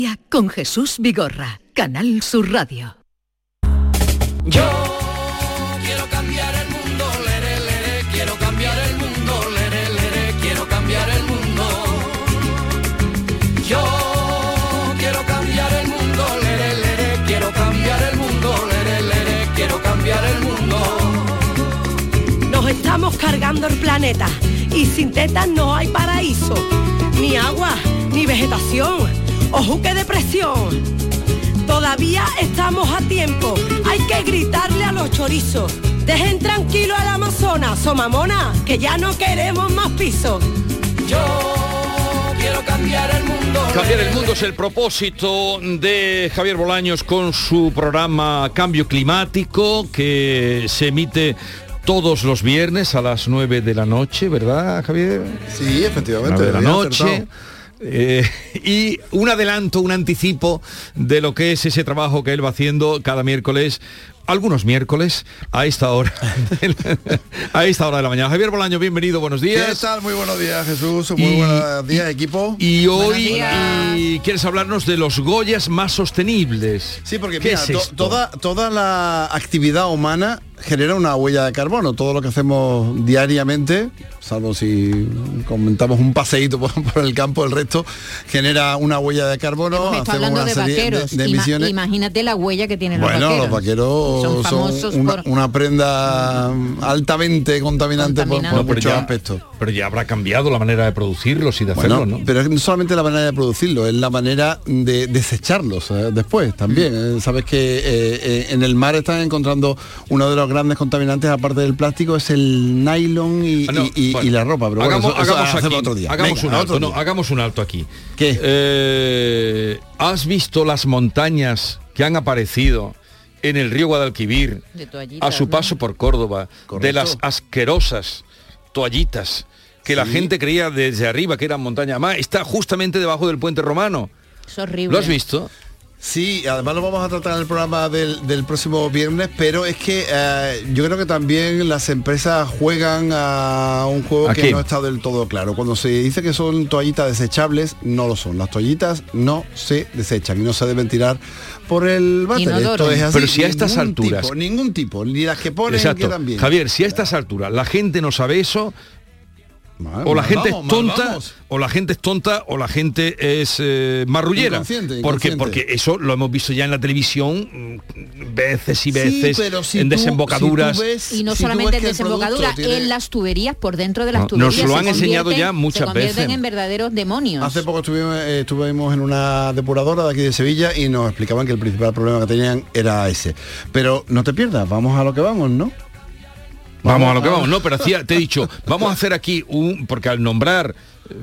Con Jesús Vigorra, Canal Sur Radio. Yo quiero cambiar el mundo, lere, lere, quiero cambiar el mundo, lere, lere, quiero cambiar el mundo. Yo quiero cambiar el mundo, lere, lere, quiero cambiar el mundo, lere, lere, quiero cambiar el mundo. Nos estamos cargando el planeta y sin tetas no hay paraíso, ni agua, ni vegetación. ¡Ojo, qué depresión! Todavía estamos a tiempo. Hay que gritarle a los chorizos. Dejen tranquilo al Amazonas, somamona, que ya no queremos más pisos. Yo quiero cambiar el mundo. Cambiar el mundo es el propósito de Javier Bolaños con su programa Cambio Climático, que se emite todos los viernes a las 9 de la noche, ¿verdad, Javier? Sí, efectivamente. 9 de la noche. Y un adelanto, un anticipo de lo que es ese trabajo que él va haciendo cada miércoles, algunos miércoles, a esta hora a esta hora de la mañana. Javier Bolaño, bienvenido, buenos días. ¿Qué tal? Muy buenos días, Jesús. Muy buenos días, equipo. Y hoy quieres hablarnos de los Goyas más sostenibles. Sí, porque mira, toda la actividad humana genera una huella de carbono. Todo lo que hacemos diariamente, salvo si comentamos un paseíto por el campo, el resto genera una huella de carbono. Hemos estado hablando de vaqueros. De emisiones. Imagínate la huella que tienen los vaqueros. Bueno, los vaqueros son una prenda altamente contaminante por muchos aspectos. Pero ya habrá cambiado la manera de producirlos y de hacerlos, ¿no? Pero no solamente la manera de producirlo, es la manera de desecharlos después también. Sabes que en el mar están encontrando uno de los grandes contaminantes, aparte del plástico, es el nylon y la ropa. Pero hagamos un alto aquí. ¿Qué? ¿Has visto las montañas que han aparecido en el río Guadalquivir a su paso por Córdoba? Correcto. De las asquerosas toallitas que la gente creía desde arriba que eran montañas. Además, está justamente debajo del puente romano. Es horrible. ¿Lo has visto? Sí, además lo vamos a tratar en el programa del próximo viernes, pero es que yo creo que también las empresas juegan a un juego que no está del todo claro. Cuando se dice que son toallitas desechables, no lo son. Las toallitas no se desechan y no se deben tirar por el váter. Esto es así. Pero si a estas alturas... Ningún tipo, ni las que ponen quedan bien. Javier, si a estas alturas la gente no sabe eso... O la gente es tonta, o la gente es tonta, o la gente es marrullera. Porque eso lo hemos visto ya en la televisión veces y veces, en desembocaduras. Y no solamente en desembocaduras, en las tuberías, por dentro de las tuberías. Nos lo han enseñado ya muchas veces. Se convierten en verdaderos demonios. Hace poco estuvimos en una depuradora de aquí de Sevilla y nos explicaban que el principal problema que tenían era ese. Pero no te pierdas, vamos a lo que vamos, ¿no? Vamos a lo que vamos, no, pero te he dicho, vamos a hacer aquí porque al nombrar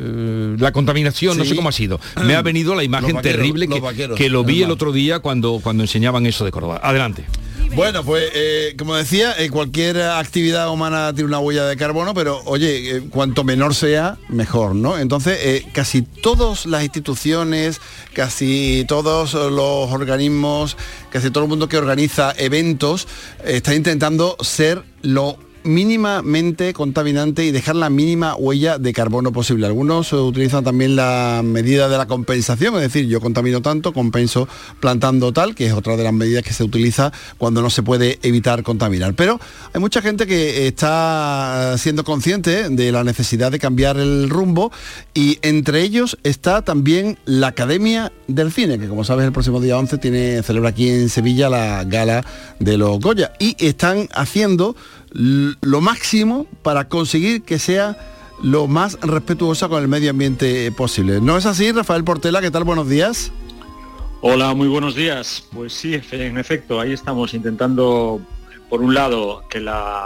la contaminación, no sé cómo ha sido, me ha venido la imagen terrible que lo vi el otro día cuando enseñaban eso de Córdoba. Adelante. Bueno, pues como decía, cualquier actividad humana tiene una huella de carbono, pero oye, cuanto menor sea, mejor, ¿no? Entonces, casi todas las instituciones, casi todos los organismos, casi todo el mundo que organiza eventos, está intentando ser lo mínimamente contaminante y dejar la mínima huella de carbono posible. Algunos utilizan también la medida de la compensación, es decir, yo contamino tanto, compenso plantando tal, que es otra de las medidas que se utiliza cuando no se puede evitar contaminar. Pero hay mucha gente que está siendo consciente de la necesidad de cambiar el rumbo y entre ellos está también la Academia del Cine, que como sabes el próximo día 11 celebra aquí en Sevilla la gala de los Goya y están haciendo lo máximo para conseguir que sea lo más respetuosa con el medio ambiente posible. ¿No es así, Rafael Portela? ¿Qué tal? Buenos días. Hola, muy buenos días. Pues sí, en efecto, ahí estamos intentando, por un lado, que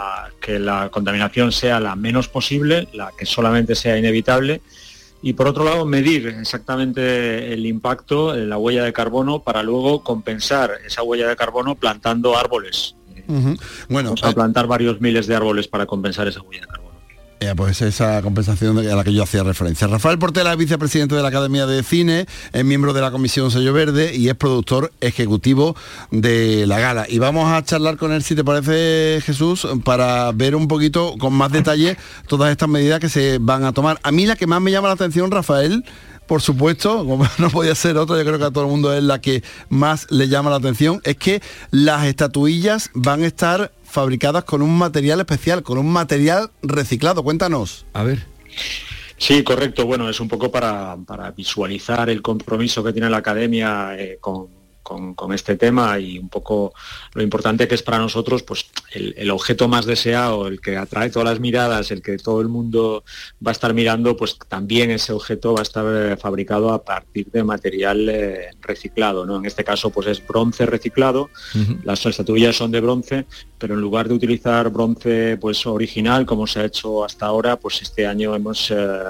la contaminación sea la menos posible, la que solamente sea inevitable, y por otro lado, medir exactamente el impacto, la huella de carbono, para luego compensar esa huella de carbono plantando árboles. Bueno, vamos a plantar varios miles de árboles para compensar esa huella de carbono. Pues esa compensación a la que yo hacía referencia. Rafael Portela es vicepresidente de la Academia de Cine, es miembro de la Comisión Sello Verde y es productor ejecutivo de la gala. Y vamos a charlar con él, si te parece, Jesús, para ver un poquito con más detalle todas estas medidas que se van a tomar. A mí la que más me llama la atención, Rafael, por supuesto, como no podía ser otra, yo creo que a todo el mundo es la que más le llama la atención, es que las estatuillas van a estar fabricadas con un material especial, con un material reciclado. Cuéntanos. A ver. Sí, correcto. Bueno, es un poco para visualizar el compromiso que tiene la Academia con este tema, y un poco lo importante que es para nosotros, pues el objeto más deseado, el que atrae todas las miradas, el que todo el mundo va a estar mirando, pues también ese objeto va a estar fabricado a partir de material reciclado, ¿no? En este caso pues es bronce reciclado. Las estatuillas son de bronce, pero en lugar de utilizar bronce pues original como se ha hecho hasta ahora, pues este año hemos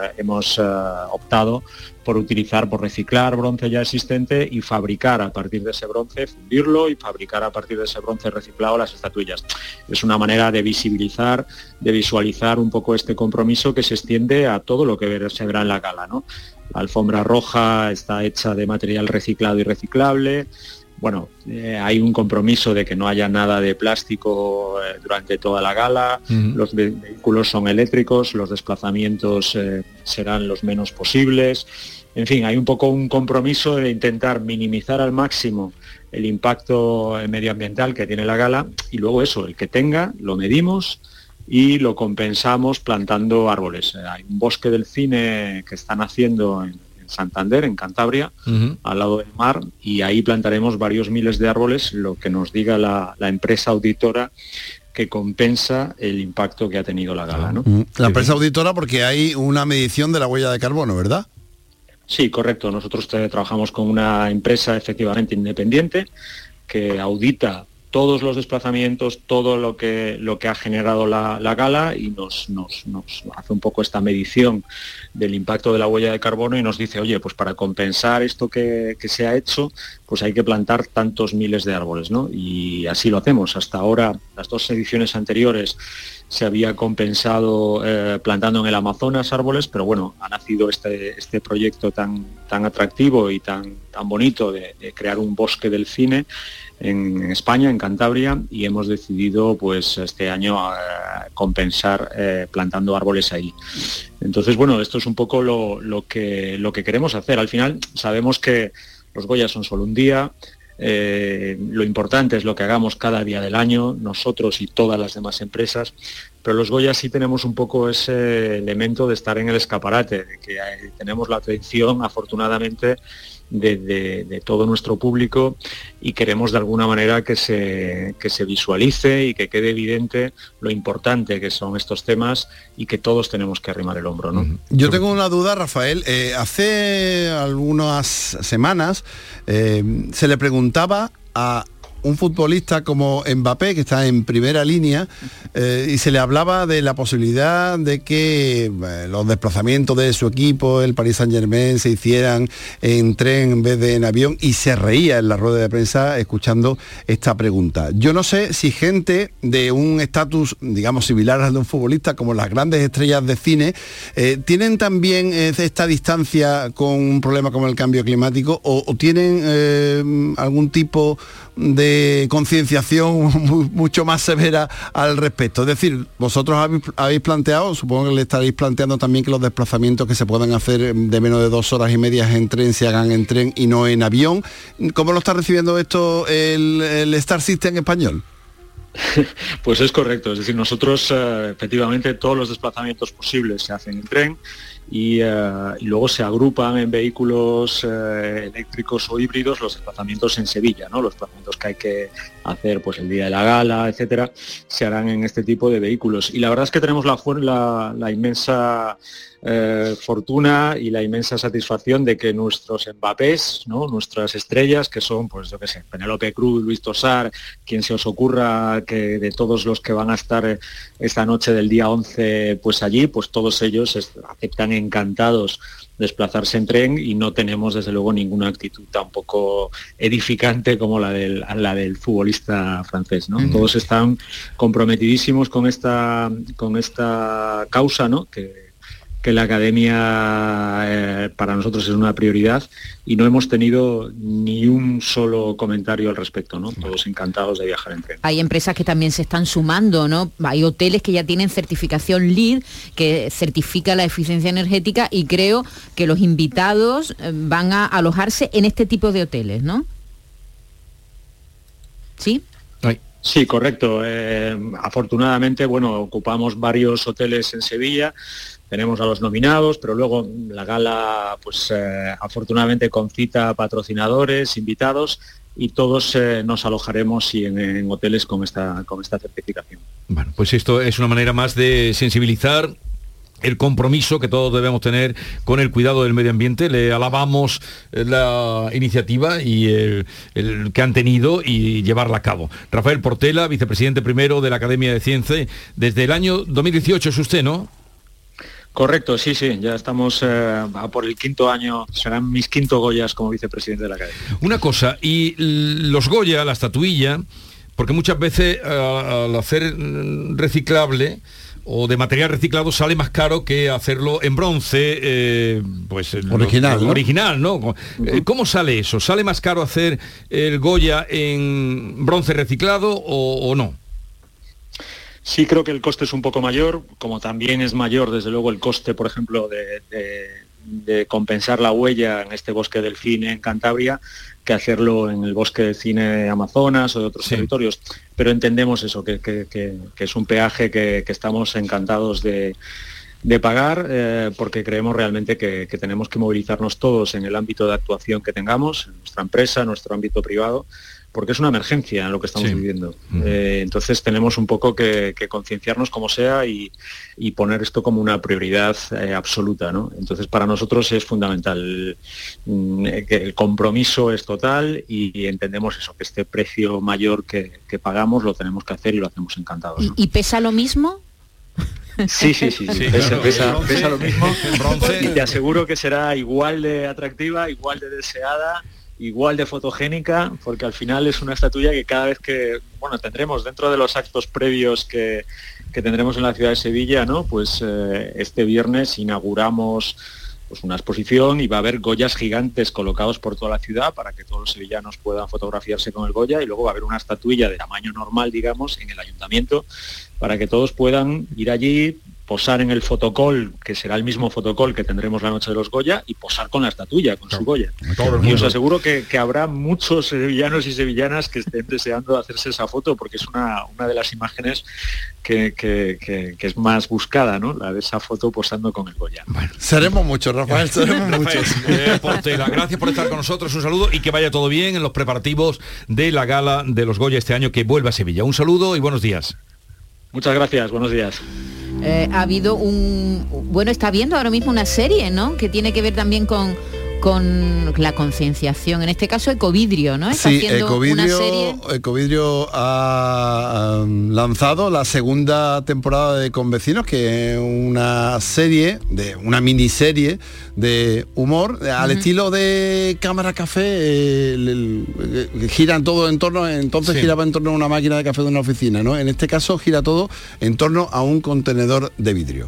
optado por reciclar bronce ya existente y fabricar a partir de ese bronce, fundirlo y fabricar a partir de ese bronce reciclado las estatuillas. Es una manera de visibilizar, de visualizar un poco este compromiso que se extiende a todo lo que se verá en la gala, ¿no? La alfombra roja está hecha de material reciclado y reciclable. Bueno, hay un compromiso de que no haya nada de plástico durante toda la gala. Los vehículos son eléctricos, los desplazamientos serán los menos posibles. En fin, hay un poco un compromiso de intentar minimizar al máximo el impacto medioambiental que tiene la gala, y luego eso, el que tenga, lo medimos y lo compensamos plantando árboles. Hay un bosque del cine que están haciendo en Santander, en Cantabria, al lado del mar, y ahí plantaremos varios miles de árboles, lo que nos diga la empresa auditora que compensa el impacto que ha tenido la gala, ¿no? La empresa auditora, porque hay una medición de la huella de carbono, ¿verdad? Sí, correcto. Nosotros trabajamos con una empresa efectivamente independiente que audita todos los desplazamientos, todo lo que ha generado la gala, y nos hace un poco esta medición del impacto de la huella de carbono y nos dice, oye, pues para compensar esto que se ha hecho, pues hay que plantar tantos miles de árboles, ¿no? Y así lo hacemos. Hasta ahora, las 2 ediciones anteriores se había compensado plantando en el Amazonas árboles, pero bueno, ha nacido este proyecto tan atractivo y tan bonito de crear un bosque del cine en España, en Cantabria, y hemos decidido pues este año compensar plantando árboles ahí. Entonces, bueno, esto es un poco lo que queremos hacer. Al final sabemos que los Goya son solo un día. Lo importante es lo que hagamos cada día del año, nosotros y todas las demás empresas, pero los Goya sí tenemos un poco ese elemento de estar en el escaparate, de que tenemos la atención, afortunadamente, de todo nuestro público, y queremos de alguna manera que se visualice y que quede evidente lo importante que son estos temas y que todos tenemos que arrimar el hombro, ¿no? Yo tengo una duda, Rafael. Hace algunas semanas se le preguntaba a un futbolista como Mbappé, que está en primera línea, y se le hablaba de la posibilidad de que los desplazamientos de su equipo, el Paris Saint-Germain, se hicieran en tren en vez de en avión, y se reía en la rueda de prensa escuchando esta pregunta. Yo no sé si gente de un estatus, digamos, similar al de un futbolista, como las grandes estrellas de cine, tienen también esta distancia con un problema como el cambio climático, o tienen algún tipo de concienciación mucho más severa al respecto. Es decir, vosotros habéis planteado, supongo que le estaréis planteando también, que los desplazamientos que se puedan hacer de menos de 2 horas y media en tren se hagan en tren y no en avión. ¿Cómo lo está recibiendo esto el Star System español? Pues es correcto, es decir, nosotros efectivamente todos los desplazamientos posibles se hacen en tren, y luego se agrupan en vehículos eléctricos o híbridos los desplazamientos en Sevilla, ¿no? Los desplazamientos que hay que hacer pues el día de la gala, etcétera, se harán en este tipo de vehículos. Y la verdad es que tenemos la inmensa fortuna y la inmensa satisfacción de que nuestros Mbappés, ¿no? Nuestras estrellas, que son, pues yo qué sé, Penélope Cruz, Luis Tosar, quien se os ocurra, que de todos los que van a estar esta noche del día 11 pues allí, pues todos ellos aceptan encantados desplazarse en tren, y no tenemos desde luego ninguna actitud tampoco edificante como la del futbolista francés, ¿no? Todos están comprometidísimos con esta causa, ¿no? Que la academia para nosotros es una prioridad y no hemos tenido ni un solo comentario al respecto, ¿no? Todos encantados de viajar en tren. Hay empresas que también se están sumando, ¿no? Hay hoteles que ya tienen certificación LEED, que certifica la eficiencia energética, y creo que los invitados van a alojarse en este tipo de hoteles, ¿no? ¿Sí? Sí, correcto. Afortunadamente, bueno, ocupamos varios hoteles en Sevilla, tenemos a los nominados, pero luego la gala, pues afortunadamente concita a patrocinadores, invitados, y todos nos alojaremos en hoteles con esta certificación. Bueno, pues esto es una manera más de sensibilizar el compromiso que todos debemos tener con el cuidado del medio ambiente. Le alabamos la iniciativa y el que han tenido y llevarla a cabo. Rafael Portela, vicepresidente primero de la Academia de Ciencias, desde el año 2018 es usted, ¿no? Correcto, sí, ya estamos a por el 5º año, serán mis 5 Goyas como vicepresidente de la Academia. Una cosa, y los Goya, la estatuilla, porque muchas veces al hacer reciclable o de material reciclado sale más caro que hacerlo en bronce, pues original, ¿no? ¿Cómo sale eso? ¿Sale más caro hacer el Goya en bronce reciclado o no? Sí, creo que el coste es un poco mayor, como también es mayor, desde luego, el coste, por ejemplo, de compensar la huella en este bosque del cine en Cantabria, que hacerlo en el bosque del cine Amazonas o de otros territorios. Pero entendemos eso, que es un peaje que estamos encantados de pagar, porque creemos realmente que tenemos que movilizarnos todos en el ámbito de actuación que tengamos, en nuestra empresa, en nuestro ámbito privado, porque es una emergencia en lo que estamos viviendo. Entonces tenemos un poco que concienciarnos como sea y poner esto como una prioridad absoluta, ¿no? Entonces para nosotros es fundamental, que el compromiso es total y entendemos eso, que este precio mayor que pagamos lo tenemos que hacer y lo hacemos encantados, ¿no? ¿Y pesa lo mismo? Sí, pesa lo mismo. Y te aseguro que será igual de atractiva, igual de deseada, igual de fotogénica, porque al final es una estatuilla que cada vez que, bueno, tendremos dentro de los actos previos que tendremos en la ciudad de Sevilla, ¿no? Pues este viernes inauguramos pues una exposición y va a haber Goyas gigantes colocados por toda la ciudad para que todos los sevillanos puedan fotografiarse con el Goya, y luego va a haber una estatuilla de tamaño normal, digamos, en el ayuntamiento, para que todos puedan ir allí, posar en el fotocall, que será el mismo fotocall que tendremos la noche de los Goya, y posar con la estatuilla, con su Goya. Y os aseguro que habrá muchos sevillanos y sevillanas que estén deseando hacerse esa foto, porque es una de las imágenes que es más buscada, ¿no? La de esa foto posando con el Goya. Bueno, seremos muchos, Rafael, seremos muchos. Portela, gracias por estar con nosotros, un saludo y que vaya todo bien en los preparativos de la gala de los Goya este año, que vuelva a Sevilla. Un saludo y buenos días. Muchas gracias, buenos días. Ha habido está viendo ahora mismo una serie, ¿no? Que tiene que ver también con la concienciación, en este caso Ecovidrio, ¿no? Está haciendo una serie. Ecovidrio ha lanzado la segunda temporada de Convecinos, que es una miniserie de humor al estilo de Cámara Café, giran todo en torno, entonces giraba en torno a una máquina de café de una oficina, ¿no? En este caso gira todo en torno a un contenedor de vidrio.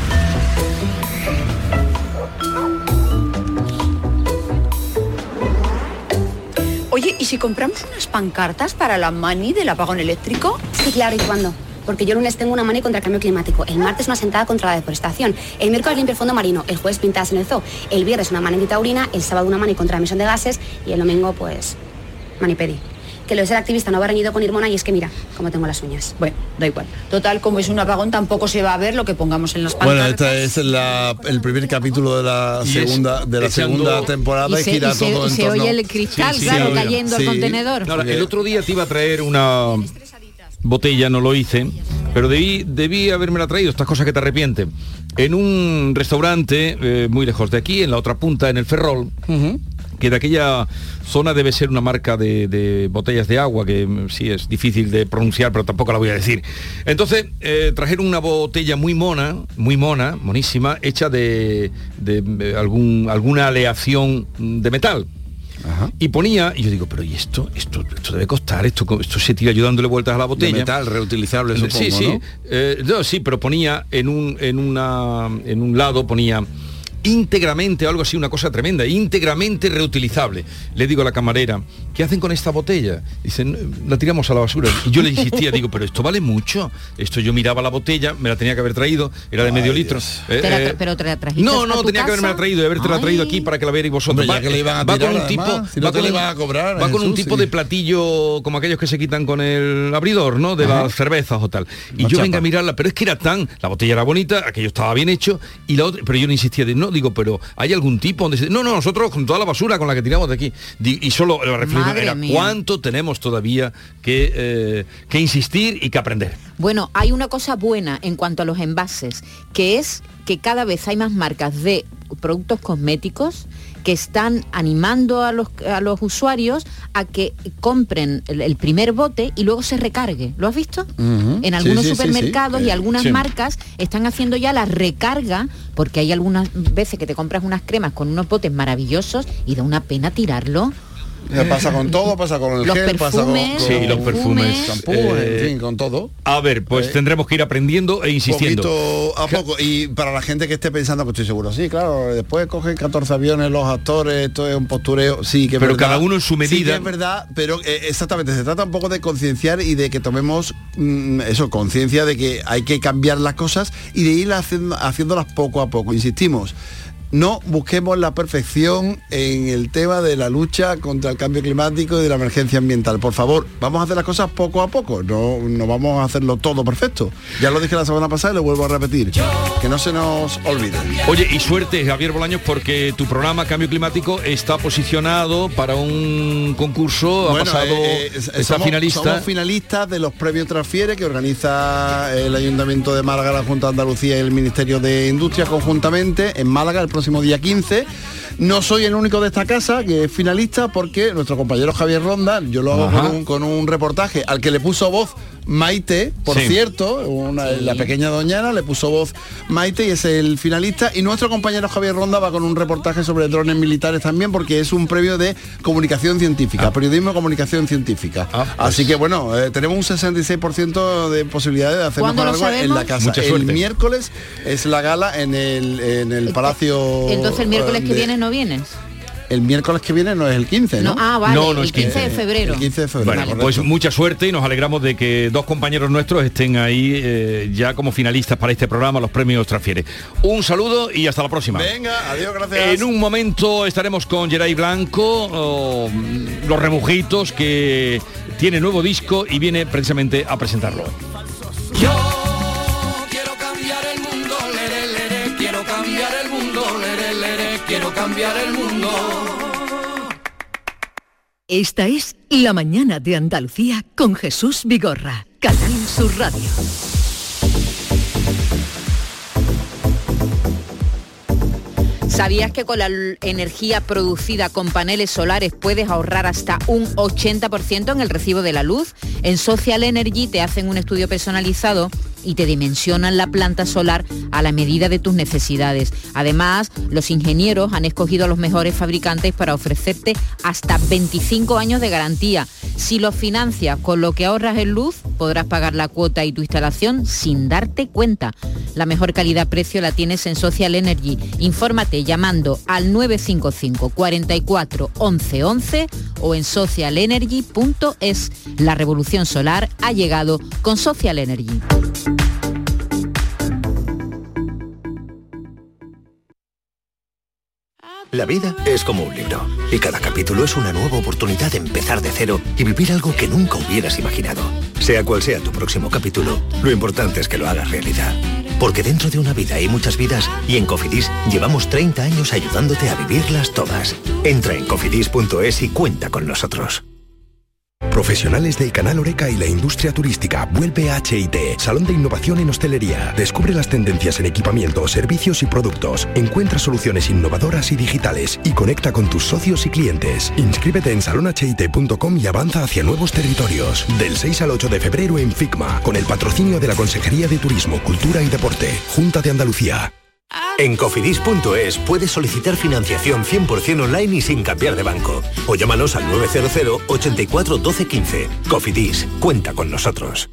Oye, ¿y si compramos unas pancartas para la mani del apagón eléctrico? Sí, claro, ¿y cuándo? Porque yo el lunes tengo una mani contra el cambio climático, el martes una sentada contra la deforestación, el miércoles limpio el fondo marino, el jueves pintadas en el zoo, el viernes una mani antitaurina, el sábado una mani contra la emisión de gases y el domingo, pues, manipedi. Que lo de ser activista no va reñido con Irmona y es que mira cómo tengo las uñas. Bueno, da igual. Total, como es un apagón, tampoco se va a ver lo que pongamos en las pancartas. Bueno, este es el primer capítulo de la segunda temporada y gira todo en torno. Se oye el cristal, cayendo al contenedor. Ahora, el otro día te iba a traer una botella, no lo hice, pero debí haberme traído, estas cosas que te arrepienten. En un restaurante muy lejos de aquí, en la otra punta, en el Ferrol, que de aquella zona debe ser una marca de botellas de agua, que sí es difícil de pronunciar, pero tampoco la voy a decir. Entonces, trajeron una botella muy monísima, hecha de alguna aleación de metal. y ponía, y yo digo, pero ¿y esto debe costar? Esto se tira yo dándole vueltas a la botella. De metal, reutilizable, supongo, sí, ¿no? Sí, pero ponía en un lado, ponía íntegramente, algo así, una cosa tremenda, íntegramente reutilizable. Le digo a la camarera, ¿qué hacen con esta botella? Dicen, la tiramos a la basura. Y yo le insistía, digo, pero esto vale mucho. Esto yo miraba la botella, me la tenía que haber traído, era de medio litro. ¿Pero te la trajiste? No, tenía que haberme la traído, de haberte la traído aquí para que la vierais vosotros. Ya que le iban a tirar, va con un tipo, si no te le van a cobrar. Va con un tipo de platillo como aquellos que se quitan con el abridor, ¿no? De las cervezas o tal. Y yo venga a mirarla, pero es que la botella era bonita, aquello estaba bien hecho, y la otra, pero yo le insistía digo, pero ¿hay algún tipo donde no, nosotros con toda la basura con la que tiramos de aquí? Y solo la reflexión era cuánto tenemos todavía que insistir y que aprender. Bueno, hay una cosa buena en cuanto a los envases, que es que cada vez hay más marcas de productos cosméticos que están animando a los usuarios a que compren el primer bote y luego se recargue. ¿Lo has visto? En algunos supermercados y algunas marcas están haciendo ya la recarga, porque hay algunas veces que te compras unas cremas con unos botes maravillosos y da una pena tirarlo. Pasa con todo, pasa con el los gel, perfumes, pasa con los perfumes, champú, en fin, con todo. A ver, pues tendremos que ir aprendiendo e insistiendo. Poquito a poco. Y para la gente que esté pensando, que estoy seguro, sí, claro, después cogen 14 aviones los actores, esto es un postureo, sí, que es pero verdad. Cada uno en su medida. Sí, que es verdad, pero exactamente, se trata un poco de concienciar y de que tomemos conciencia de que hay que cambiar las cosas y de ir haciéndolas poco a poco. Insistimos, no busquemos la perfección en el tema de la lucha contra el cambio climático y de la emergencia ambiental. Por favor, vamos a hacer las cosas poco a poco, no vamos a hacerlo todo perfecto. Ya lo dije la semana pasada y lo vuelvo a repetir, que no se nos olvide. Oye, y suerte, Javier Bolaños, porque tu programa Cambio Climático está posicionado para un concurso, ha pasado, está finalista. Somos finalistas de los premios Transfiere que organiza el Ayuntamiento de Málaga, la Junta de Andalucía y el Ministerio de Industria conjuntamente en Málaga el próximo día 15. No soy el único de esta casa que es finalista, porque nuestro compañero Javier Ronda, yo lo hago con un reportaje al que le puso voz Maite, por cierto, la pequeña doñana, le puso voz Maite y es el finalista, y nuestro compañero Javier Ronda va con un reportaje sobre drones militares también, porque es un premio de comunicación científica, periodismo de comunicación científica. Así que bueno, tenemos un 66% de posibilidades de hacernos con algo en la casa. El miércoles es la gala en el Palacio. Entonces el miércoles que viene no vienes. El miércoles que viene no es el 15, ¿no? Vale, no el 15 de febrero. El 15 de febrero. Bueno, pues mucha suerte y nos alegramos de que dos compañeros nuestros estén ahí ya como finalistas para este programa, los premios Transfiere. Un saludo y hasta la próxima. Venga, adiós, gracias. En un momento estaremos con Geray Blanco, Los Remujitos, que tiene nuevo disco y viene precisamente a presentarlo. Yo quiero cambiar el mundo, quiero cambiar el mundo, quiero cambiar el mundo. Esta es La Mañana de Andalucía con Jesús Vigorra, Canal Sur Radio. ¿Sabías que con la energía producida con paneles solares puedes ahorrar hasta un 80% en el recibo de la luz? En Social Energy te hacen un estudio personalizado y te dimensionan la planta solar a la medida de tus necesidades. Además, los ingenieros han escogido a los mejores fabricantes para ofrecerte hasta 25 años de garantía. Si lo financias con lo que ahorras en luz, podrás pagar la cuota y tu instalación sin darte cuenta. La mejor calidad-precio la tienes en Social Energy. Infórmate llamando al 955 44 11 11 o en socialenergy.es. La revolución solar ha llegado con Social Energy. La vida es como un libro y cada capítulo es una nueva oportunidad de empezar de cero y vivir algo que nunca hubieras imaginado. Sea cual sea tu próximo capítulo, lo importante es que lo hagas realidad. Porque dentro de una vida hay muchas vidas y en Cofidis llevamos 30 años ayudándote a vivirlas todas. Entra en cofidis.es y cuenta con nosotros. Profesionales del Canal Horeca y la industria turística. Vuelve a HIT, Salón de Innovación en Hostelería. Descubre las tendencias en equipamiento, servicios y productos. Encuentra soluciones innovadoras y digitales y conecta con tus socios y clientes. Inscríbete en salonhit.com y avanza hacia nuevos territorios. Del 6 al 8 de febrero en Figma, con el patrocinio de la Consejería de Turismo, Cultura y Deporte, Junta de Andalucía. En cofidis.es puedes solicitar financiación 100% online y sin cambiar de banco. O llámanos al 900 84 12 15. Cofidis, cuenta con nosotros.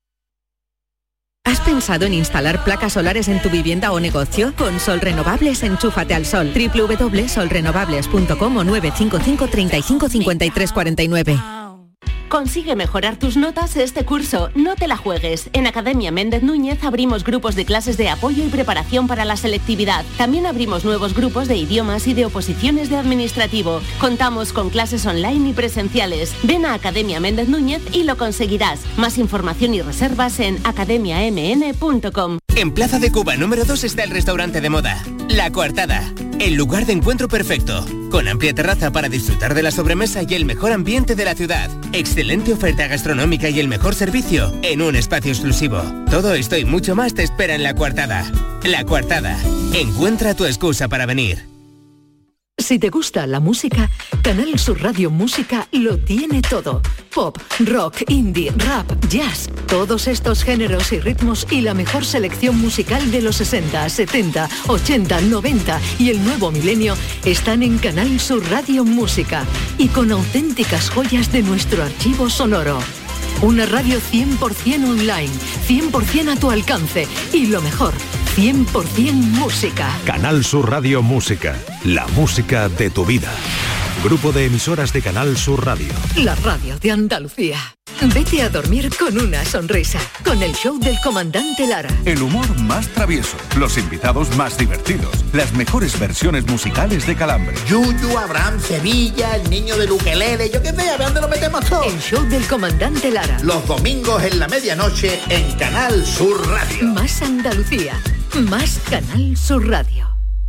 ¿Has pensado en instalar placas solares en tu vivienda o negocio? Con Sol Renovables, enchúfate al sol. www.solrenovables.com o 955 35 53 49. Consigue mejorar tus notas este curso. No te la juegues. En Academia Méndez Núñez abrimos grupos de clases de apoyo y preparación para la selectividad. También abrimos nuevos grupos de idiomas y de oposiciones de administrativo. Contamos con clases online y presenciales. Ven a Academia Méndez Núñez y lo conseguirás. Más información y reservas en academiamn.com. En Plaza de Cuba número 2 está el restaurante de moda, La Coartada. El lugar de encuentro perfecto, con amplia terraza para disfrutar de la sobremesa y el mejor ambiente de la ciudad. Excelente oferta gastronómica y el mejor servicio en un espacio exclusivo. Todo esto y mucho más te espera en La Coartada. La Coartada. Encuentra tu excusa para venir. Si te gusta la música, Canal Sur Radio Música lo tiene todo. Pop, rock, indie, rap, jazz. Todos estos géneros y ritmos y la mejor selección musical de los 60, 70, 80, 90 y el nuevo milenio están en Canal Sur Radio Música y con auténticas joyas de nuestro archivo sonoro. Una radio 100% online, 100% a tu alcance y lo mejor, 100% música. Canal Sur Radio Música, la música de tu vida. Grupo de emisoras de Canal Sur Radio. La radio de Andalucía. Vete a dormir con una sonrisa, con el show del comandante Lara. El humor más travieso, los invitados más divertidos, las mejores versiones musicales de Calambre. Yuyu, Abraham, Sevilla, el niño del ukelele, yo qué sé, a ver dónde lo metemos todo. El show del comandante Lara. Los domingos en la medianoche en Canal Sur Radio. Más Andalucía, más Canal Sur Radio.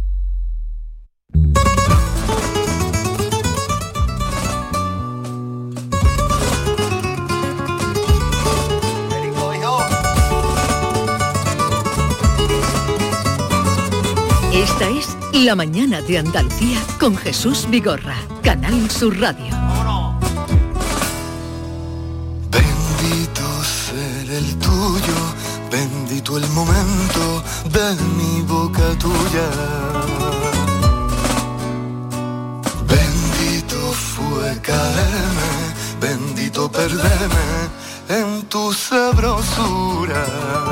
Esta es La Mañana de Andalucía con Jesús Vigorra, Canal Sur Radio. Bendito ser el tuyo, bendito el momento de mi boca tuya. Bendito fue caerme, bendito perderme en tu sabrosura.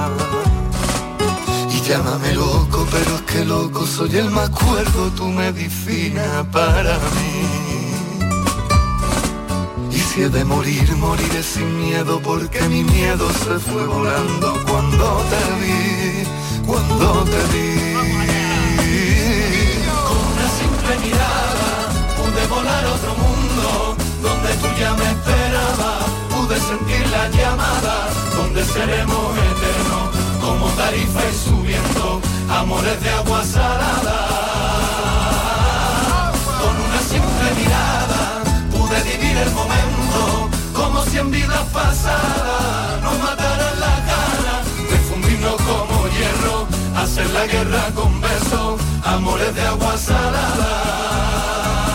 Llámame loco, pero es que loco soy el más cuerdo, tu medicina para mí. Y si he de morir, moriré sin miedo, porque mi miedo se fue volando cuando te vi, cuando te vi. Con una simple mirada pude volar a otro mundo, donde tú ya me esperabas, pude sentir la llamada, donde seremos eternos. Como Tarifa y subiendo, amores de agua salada. Con una simple mirada pude vivir el momento, como si en vidas pasadas nos mataran las ganas de fundirnos como hierro, hacer la guerra con besos, amores de agua salada.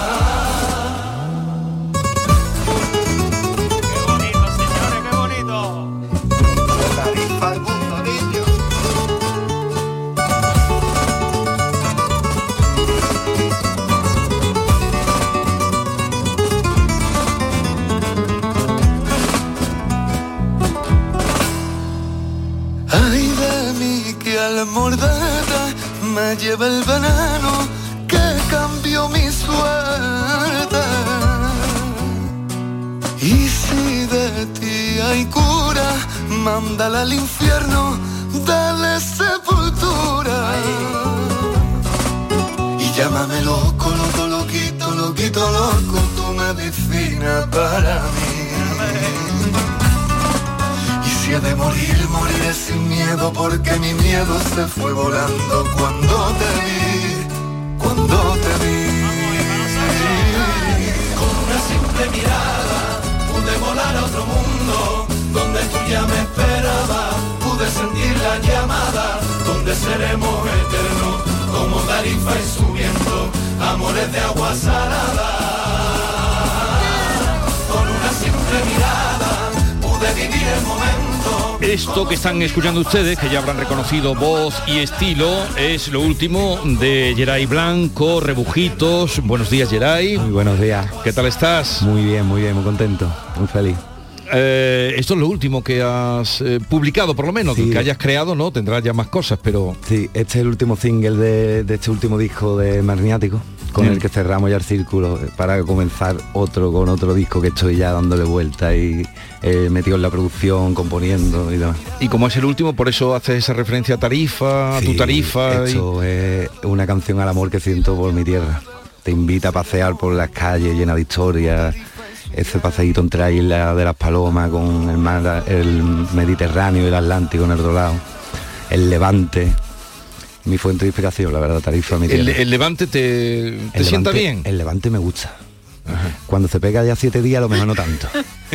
Al morderte me lleva el veneno que cambió mi suerte. Y si de ti hay cura, mándala al infierno, dale sepultura. Y llámame loco, loco, loquito, loquito, loco, tu medicina para mí. Si he de morir, moriré sin miedo, porque mi miedo se fue volando cuando te vi, cuando te vi. Con una simple mirada pude volar a otro mundo, donde tú ya me esperabas, pude sentir la llamada, donde seremos eternos, como Tarifa y subiendo, amores de agua salada. Con una simple mirada pude vivir el momento, Esto que están escuchando ustedes, que ya habrán reconocido voz y estilo, es lo último de Yeray Blanco, Rebujitos. Buenos días, Yeray. Muy buenos días. ¿Qué tal estás? Muy bien, muy contento, muy feliz. Esto es lo último que has publicado, por lo menos, sí, que hayas creado, ¿no? Tendrás ya más cosas, pero... Sí, este es el último single de este último disco de Maniático, con el que cerramos ya el círculo para comenzar con otro disco que estoy ya dándole vuelta y metido en la producción, componiendo y demás. Y como es el último, por eso haces esa referencia a Tarifa, sí, a tu Tarifa. Esto es una canción al amor que siento por mi tierra. Te invita a pasear por las calles llenas de historias, ese paseíto entre Isla de las Palomas con el mar, el Mediterráneo y el Atlántico en el otro lado, el Levante. Mi fuente de inspiración, la verdad, Tarifa, mi tierra. ¿El Levante te sienta bien? El Levante me gusta. Ajá. Cuando se pega ya 7 días, a lo mejor no tanto.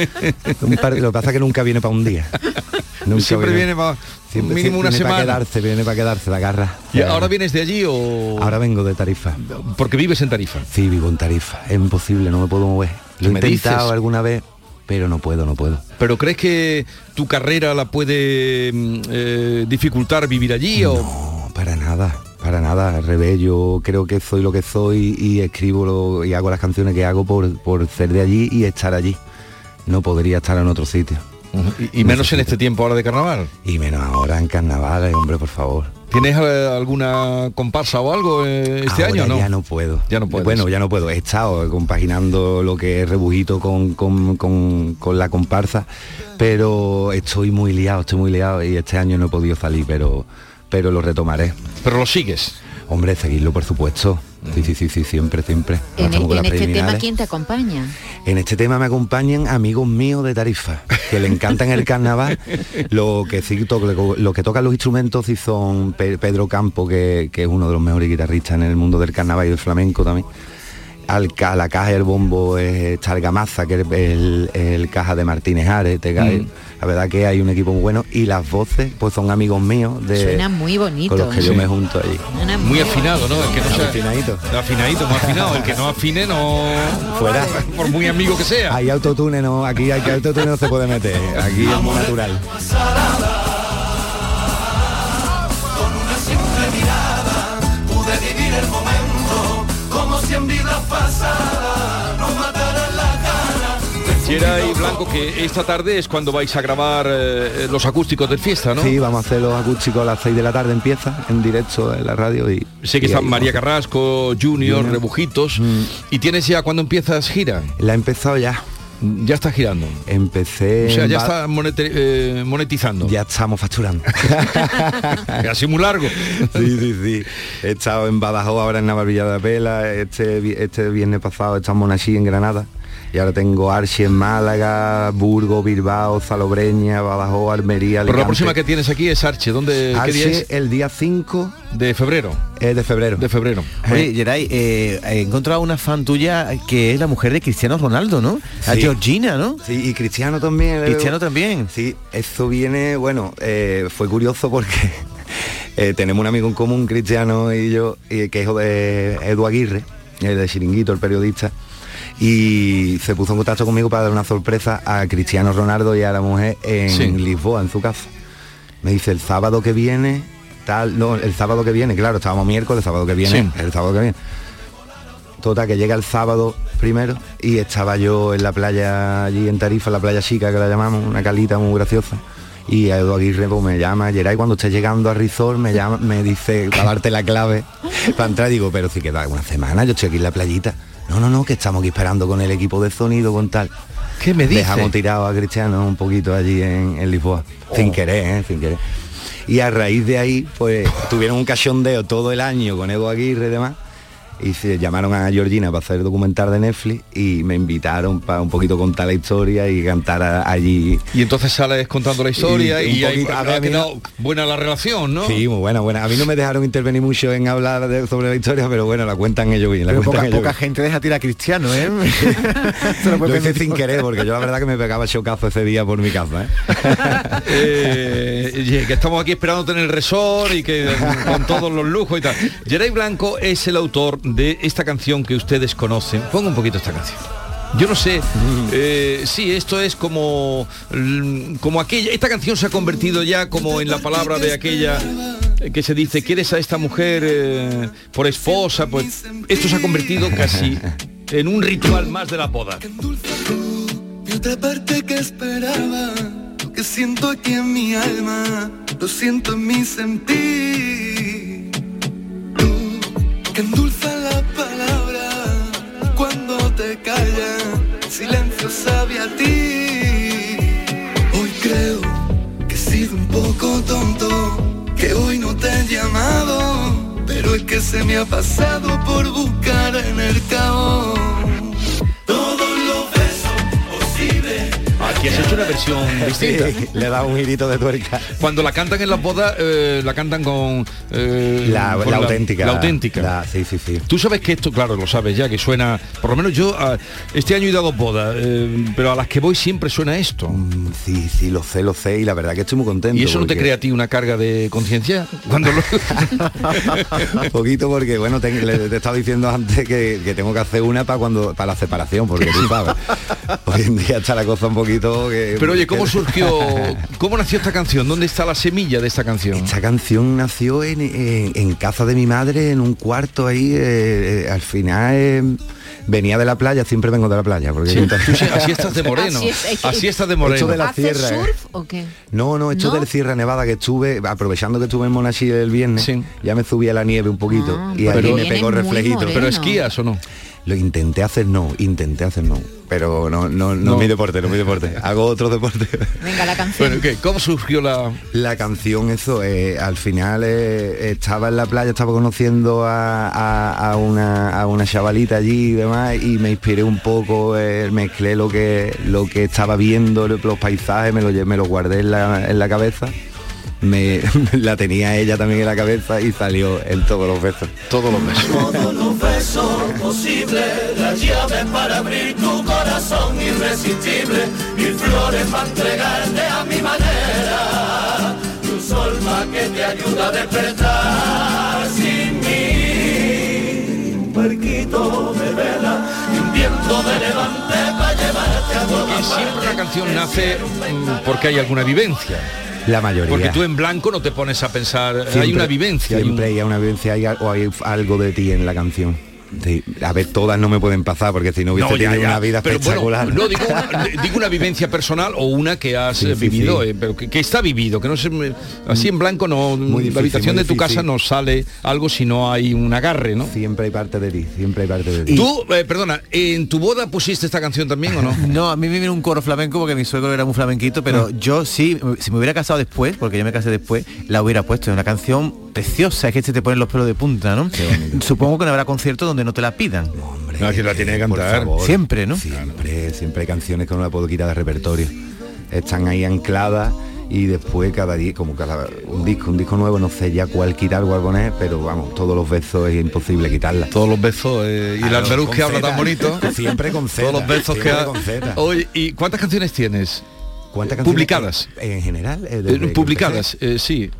Lo que pasa es que nunca viene para un día. Nunca siempre viene para mínimo una semana. Viene para quedarse, la garra. ¿Y ahora vienes de allí o...? Ahora vengo de Tarifa. ¿Porque vives en Tarifa? Sí, vivo en Tarifa. Es imposible, no me puedo mover. Lo he intentado alguna vez, pero no puedo. ¿Pero crees que tu carrera la puede dificultar vivir allí o...? No, para nada, al revés. Yo creo que soy lo que soy y escribo y hago las canciones que hago por ser de allí y estar allí. No podría estar en otro sitio. Y menos en este tiempo ahora de carnaval. Y menos ahora en carnaval, hombre, por favor. ¿Tienes alguna comparsa o algo este ahora año? ¿No? Ya no puedo. Ya no puedo. Bueno, ya no puedo. He estado compaginando lo que es Rebujito con la comparsa, pero estoy muy liado y este año no he podido salir, pero lo retomaré. ¿Pero lo sigues? Hombre, seguirlo, por supuesto. Sí, siempre. En este tema, ¿quién te acompaña? En este tema me acompañan amigos míos de Tarifa, que le encantan el carnaval. Los que tocan los instrumentos sí son Pedro Campo, que es uno de los mejores guitarristas en el mundo del carnaval y del flamenco también. A la caja del bombo es Chargamaza, que es el caja de Martínez Ares. La verdad que hay un equipo muy bueno y las voces pues son amigos míos suena muy bonito, con los que yo me junto allí. Muy afinado, ¿no? El que no sea afinadito, muy afinado. El que no afine no fuera, por muy amigo que sea. Hay autotune, no, aquí hay que autotune no se puede meter, aquí es muy natural. Con una simple mirada pude vivir el momento como si en vida pasada nos mataran la gana. Yeray Blanco, que esta tarde es cuando vais a grabar los acústicos del Fiesta, ¿no? Sí, vamos a hacer los acústicos a las 6 de la tarde, empieza en directo en la radio y... Sé que están María Carrasco, Junior, Rebujitos. ¿Y tienes ya cuando empiezas gira? La he empezado ya. Ya está girando. Empecé... O sea, ya está monetizando. Ya estamos facturando. Ha sido muy largo. Sí. He estado en Badajoz, ahora en Navarvilla de Pela. Este viernes pasado estamos en Así, en Granada. Y ahora tengo Archi en Málaga, Burgos, Bilbao, Salobreña, Badajoz, Almería, Alicante. Pero la próxima que tienes aquí es Archi. ¿Qué día es? El día 5 de febrero. De febrero. Oye, Yeray, he encontrado una fan tuya que es la mujer de Cristiano Ronaldo, ¿no? Sí. A Georgina, ¿no? Sí, y Cristiano también. Cristiano también. Sí, eso viene, bueno, fue curioso porque tenemos un amigo en común, Cristiano y yo, que es hijo de Edu Aguirre, el de Chiringuito, el periodista. Y se puso en contacto conmigo para dar una sorpresa a Cristiano Ronaldo y a la mujer en Lisboa, en su casa. Me dice, el sábado que viene, el sábado que viene, claro, estábamos miércoles, el sábado que viene. Total, que llega el sábado primero y estaba yo en la playa allí en Tarifa, la playa chica que la llamamos, una calita muy graciosa. Y a Edu Aguirre pues, me llama, Yeray, cuando esté llegando a Resort me dice, para darte la clave para entrar. Digo, pero si queda una semana, yo estoy aquí en la playita. No, que estamos aquí esperando con el equipo de sonido, con tal. ¿Qué me dices? Dejamos tirado a Cristiano un poquito allí en Lisboa. Sin querer. Y a raíz de ahí, pues, tuvieron un cachondeo todo el año con Edu Aguirre y demás. Y se llamaron a Georgina para hacer el documental de Netflix y me invitaron para un poquito contar la historia y cantar allí. Y entonces sales contando la historia y ha quedado buena la relación, ¿no? Sí, muy buena. A mí no me dejaron intervenir mucho en hablar sobre la historia, pero bueno, la cuentan ellos bien. Poca gente deja tirar a Cristiano, ¿eh? Lo hice sin querer, porque yo la verdad que me pegaba chocazo ese día por mi casa, que estamos aquí esperándote en el resort y que con todos los lujos y tal. Yeray Blanco es el autor de esta canción que ustedes conocen. Ponga un poquito esta canción. Yo no sé, sí, esto es como aquella, esta canción se ha convertido ya como en la palabra de aquella que se dice, ¿quieres a esta mujer por esposa? Pues esto se ha convertido casi en un ritual más de la boda. Y otra parte que esperaba, lo que siento aquí en mi alma, lo siento en mi sentir. Tú, que endulza la palabra cuando te callas, silencio sabe a ti. Hoy creo que he sido un poco tonto, que hoy no te he llamado, pero es que se me ha pasado por buscar en el caos todos los besos posibles. Aquí has hecho una versión distinta. Sí, le da un girito de tuerca. Cuando la cantan en las bodas, la cantan con la auténtica. La auténtica. Sí. Tú sabes que esto, claro, lo sabes ya, que suena, por lo menos yo, este año he ido a 2 bodas, pero a las que voy siempre suena esto. Sí, lo sé, y la verdad que estoy muy contento. ¿Y eso no te crea a ti una carga de conciencia? Cuando Un poquito, porque bueno, te he estado diciendo antes que tengo que hacer una para la separación, porque tú sabes, hoy en día está la cosa un poquito que... Pero oye, ¿cómo nació esta canción? ¿Dónde está la semilla de esta canción? Esta canción nació en casa de mi madre, en un cuarto ahí, al final... Venía de la playa, siempre vengo de la playa. Porque sí, así estás de moreno. Así estás de moreno. Hecho de la ¿Haces sierra, surf o qué? No, hecho de la Sierra Nevada, que estuve, aprovechando que estuve en Monachil el viernes, ya me subí a la nieve un poquito y ahí me pegó reflejito. ¿Pero esquías o no? Lo intenté hacer no, pero no mi deporte, hago otro deporte. Venga, la canción. Bueno, ¿qué? ¿Cómo surgió la canción? Eso, al final estaba en la playa, estaba conociendo a una chavalita allí y demás, y me inspiré un poco, mezclé lo que estaba viendo, los paisajes, me lo guardé en la cabeza. La tenía ella también en la cabeza y salió en todos los besos. Todos los besos posibles, las llaves para abrir tu corazón irresistible, mil flores para entregarte a mi manera, tu sol más que te ayuda a despertar sin mí, un barquito de vela y un viento de levante para llevarte a todas partes. Siempre la canción nace porque hay alguna vivencia. La mayoría. Porque tú en blanco no te pones a pensar, siempre, hay una vivencia. Siempre hay una vivencia, hay algo de ti en la canción. Sí, a ver, todas no me pueden pasar, porque si no hubiese tenido una vida espectacular. Bueno, no, digo una vivencia personal o una que has vivido, pero que está vivido, que no se así en blanco no. Muy difícil, la habitación de tu casa no sale algo si no hay un agarre, ¿no? Siempre hay parte de ti. Tú, perdona, ¿en tu boda pusiste esta canción también o no? No, a mí me vino un coro flamenco porque mi suegro era muy flamenquito, pero yo sí, si me hubiera casado después, porque yo me casé después, la hubiera puesto. En una canción preciosa, es que se te ponen los pelos de punta, ¿no? Supongo que no habrá conciertos donde no te la pidan. Hombre, no, que la tiene que cantar. Siempre, ¿no? Siempre hay canciones que no la puedo quitar de repertorio. Están ahí ancladas y después cada día, como un disco nuevo, no sé ya cuál quitar, cuál poner, pero vamos, todos los besos es imposible quitarla. Todos los besos, y el andaluz que habla tan bonito. Siempre con Z. Todos los besos que Oye, ¿y cuántas canciones tienes? Publicadas. En general. Publicadas, sí.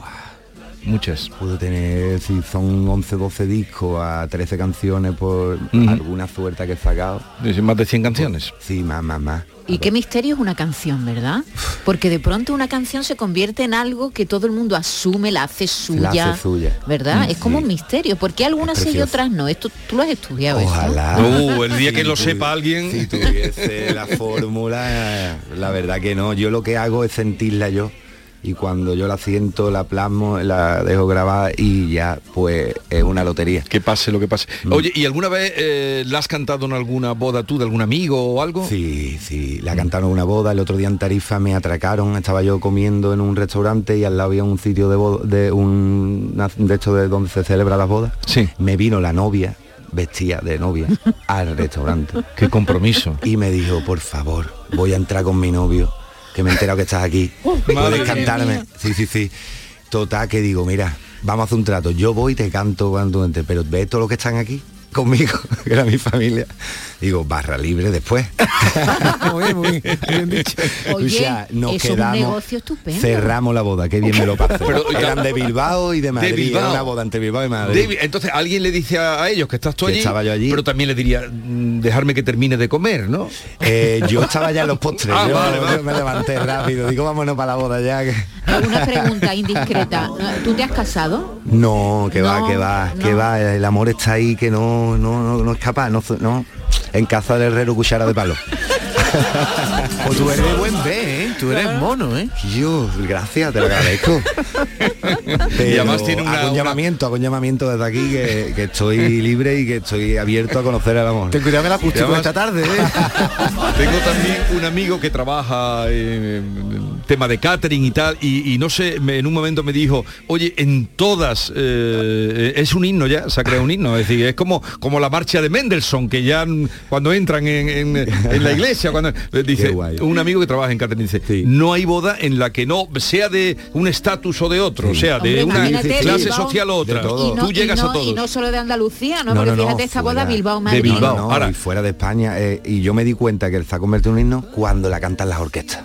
Muchas. Puedo tener, si son 11, 12 discos, a 13 canciones por alguna suerte que he sacado. ¿Más de 100 canciones? Sí, más. Y qué misterio es una canción, ¿verdad? Porque de pronto una canción se convierte en algo que todo el mundo asume, la hace suya. ¿Verdad? Es como un misterio. ¿Por qué algunas sí y otras no? Esto tú lo has estudiado. Ojalá. El día que lo sepa alguien. Si tuviese la fórmula, la verdad que no. Yo lo que hago es sentirla yo. Y cuando yo la siento, la plasmo, la dejo grabada y ya, pues, es una lotería. Que pase lo que pase. Oye, ¿y alguna vez la has cantado en alguna boda tú de algún amigo o algo? Sí, la cantaron en una boda. El otro día en Tarifa me atracaron. Estaba yo comiendo en un restaurante y al lado había un sitio de hecho de donde se celebra las bodas. Sí. Me vino la novia, vestida de novia, al restaurante. Qué compromiso. Y me dijo, por favor, voy a entrar con mi novio, que me he enterado que estás aquí. ¿Puedes cantarme? Sí. Total, que digo, mira, vamos a hacer un trato. Yo voy y te canto cuando entre, pero ¿ves todos los que están aquí? conmigo, que era mi familia. Digo, barra libre después. muy bien dicho. Oye, O sea, nos eso es un quedamos, negocio estupendo. cerramos la boda, qué bien me lo pasé. Pero, eran de Bilbao y de Madrid, Bilbao. era una boda entre Bilbao y Madrid. Entonces alguien le dice a ellos que estás tú Que allí, estaba yo allí. pero también le diría, dejarme que termine de comer, ¿no? Yo estaba ya en los postres, yo vale. me levanté rápido, digo, vámonos para la boda ya. Que... Una pregunta indiscreta. ¿Tú te has casado? No, que va, No, que va, no. que va, el amor está ahí, que no es capaz, no. En casa del herrero cuchara de palo. Pues tú eres de buen B, ¿eh? Tú eres mono, ¿eh? Yo, gracias, te lo agradezco. Pero Y además tiene hago un llamamiento desde aquí que estoy libre y que estoy abierto a conocer el amor. Ten cuidado con el acústico Además, esta tarde, ¿eh? Tengo también un amigo que trabaja en tema de catering y tal, y no sé, en un momento me dijo, oye, en todas, es un himno ya, se ha creado un himno, es decir, es como la marcha de Mendelssohn, que ya cuando entran en la iglesia, cuando dice, un amigo que trabaja en catering dice, no hay boda en la que no sea de un estatus o de otro, o sea, de una clase social o otra. Tú llegas a todos. Y no solo de Andalucía, ¿no? Porque fíjate esta boda Bilbao-Madrid. De Bilbao. Ahora, y fuera de España, y yo me di cuenta que se ha convertido en un himno cuando la cantan las orquestas.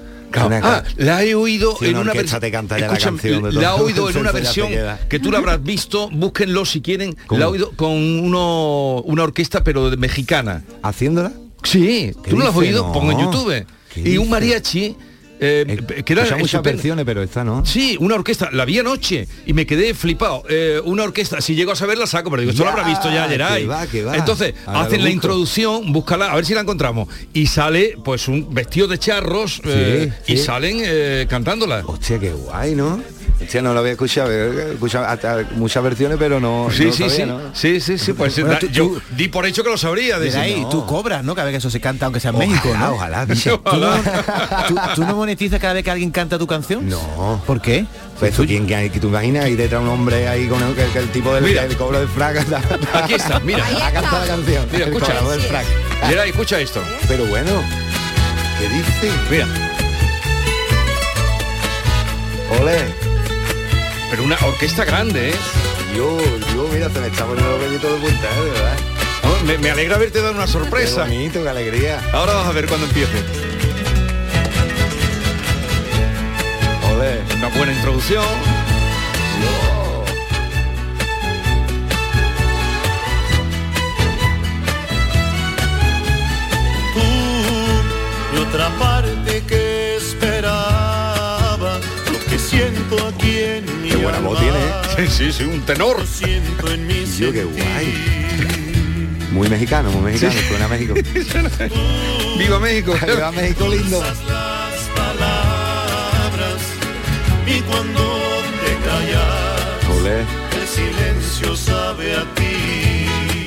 La he oído en una versión. Te canta ya la canción de la he todo. oído en una versión que tú la habrás visto, búsquenlo si quieren. La he oído con una orquesta pero mexicana. ¿Haciéndola? Sí, tú no la has oído, No. pongo en YouTube. Y un mariachi. Que era muchas estupendo. versiones, pero esta no. Sí, una orquesta, la vi anoche y me quedé flipado. Una orquesta, si llego a saber la saco, pero digo, esto lo habrá visto ya ayer. Que va. Entonces, ahora hacen lo la busco. introducción, búscala, a ver si la encontramos. Y sale, pues, un vestido de charros y salen cantándola. Hostia, qué guay, ¿no? Hostia, no lo había escuchado, hasta muchas versiones, pero no. Sí, no sí, sabía, sí. ¿no? Sí, pues Bueno, yo di por hecho que lo sabría. Mira ahí, No. tú cobras, ¿no? Cada vez que eso se canta, aunque sea en México, ¿no? Ojalá. ¿Tú no monetizas cada vez que alguien canta tu canción? No. ¿Por qué? Pues tú, ¿quién que tú imaginas ahí detrás un hombre ahí con el tipo del cobro del frac? Aquí está, mira. Ha cantado la canción. Mira, el escucha. cobrador del frac. Mira, escucha esto. Pero bueno, ¿qué dice? Mira. Ole. Pero una orquesta grande, ¿eh? Yo, mira, se me está poniendo los rollitos de punta, de verdad. No, me alegra haberte dado una sorpresa. Qué bonito, qué alegría. Ahora vas a ver cuando empiece. Ole. Una buena introducción. Tú, de otra parte que esperaba, lo que siento aquí en mi Qué buena voz tiene, ¿eh? Sí, un tenor. Lo siento en mi Y yo, qué guay. Muy mexicano, suena a México. ¡Viva México! ¡Viva México lindo! Las palabras y cuando te callas, Olé. el silencio sabe a ti.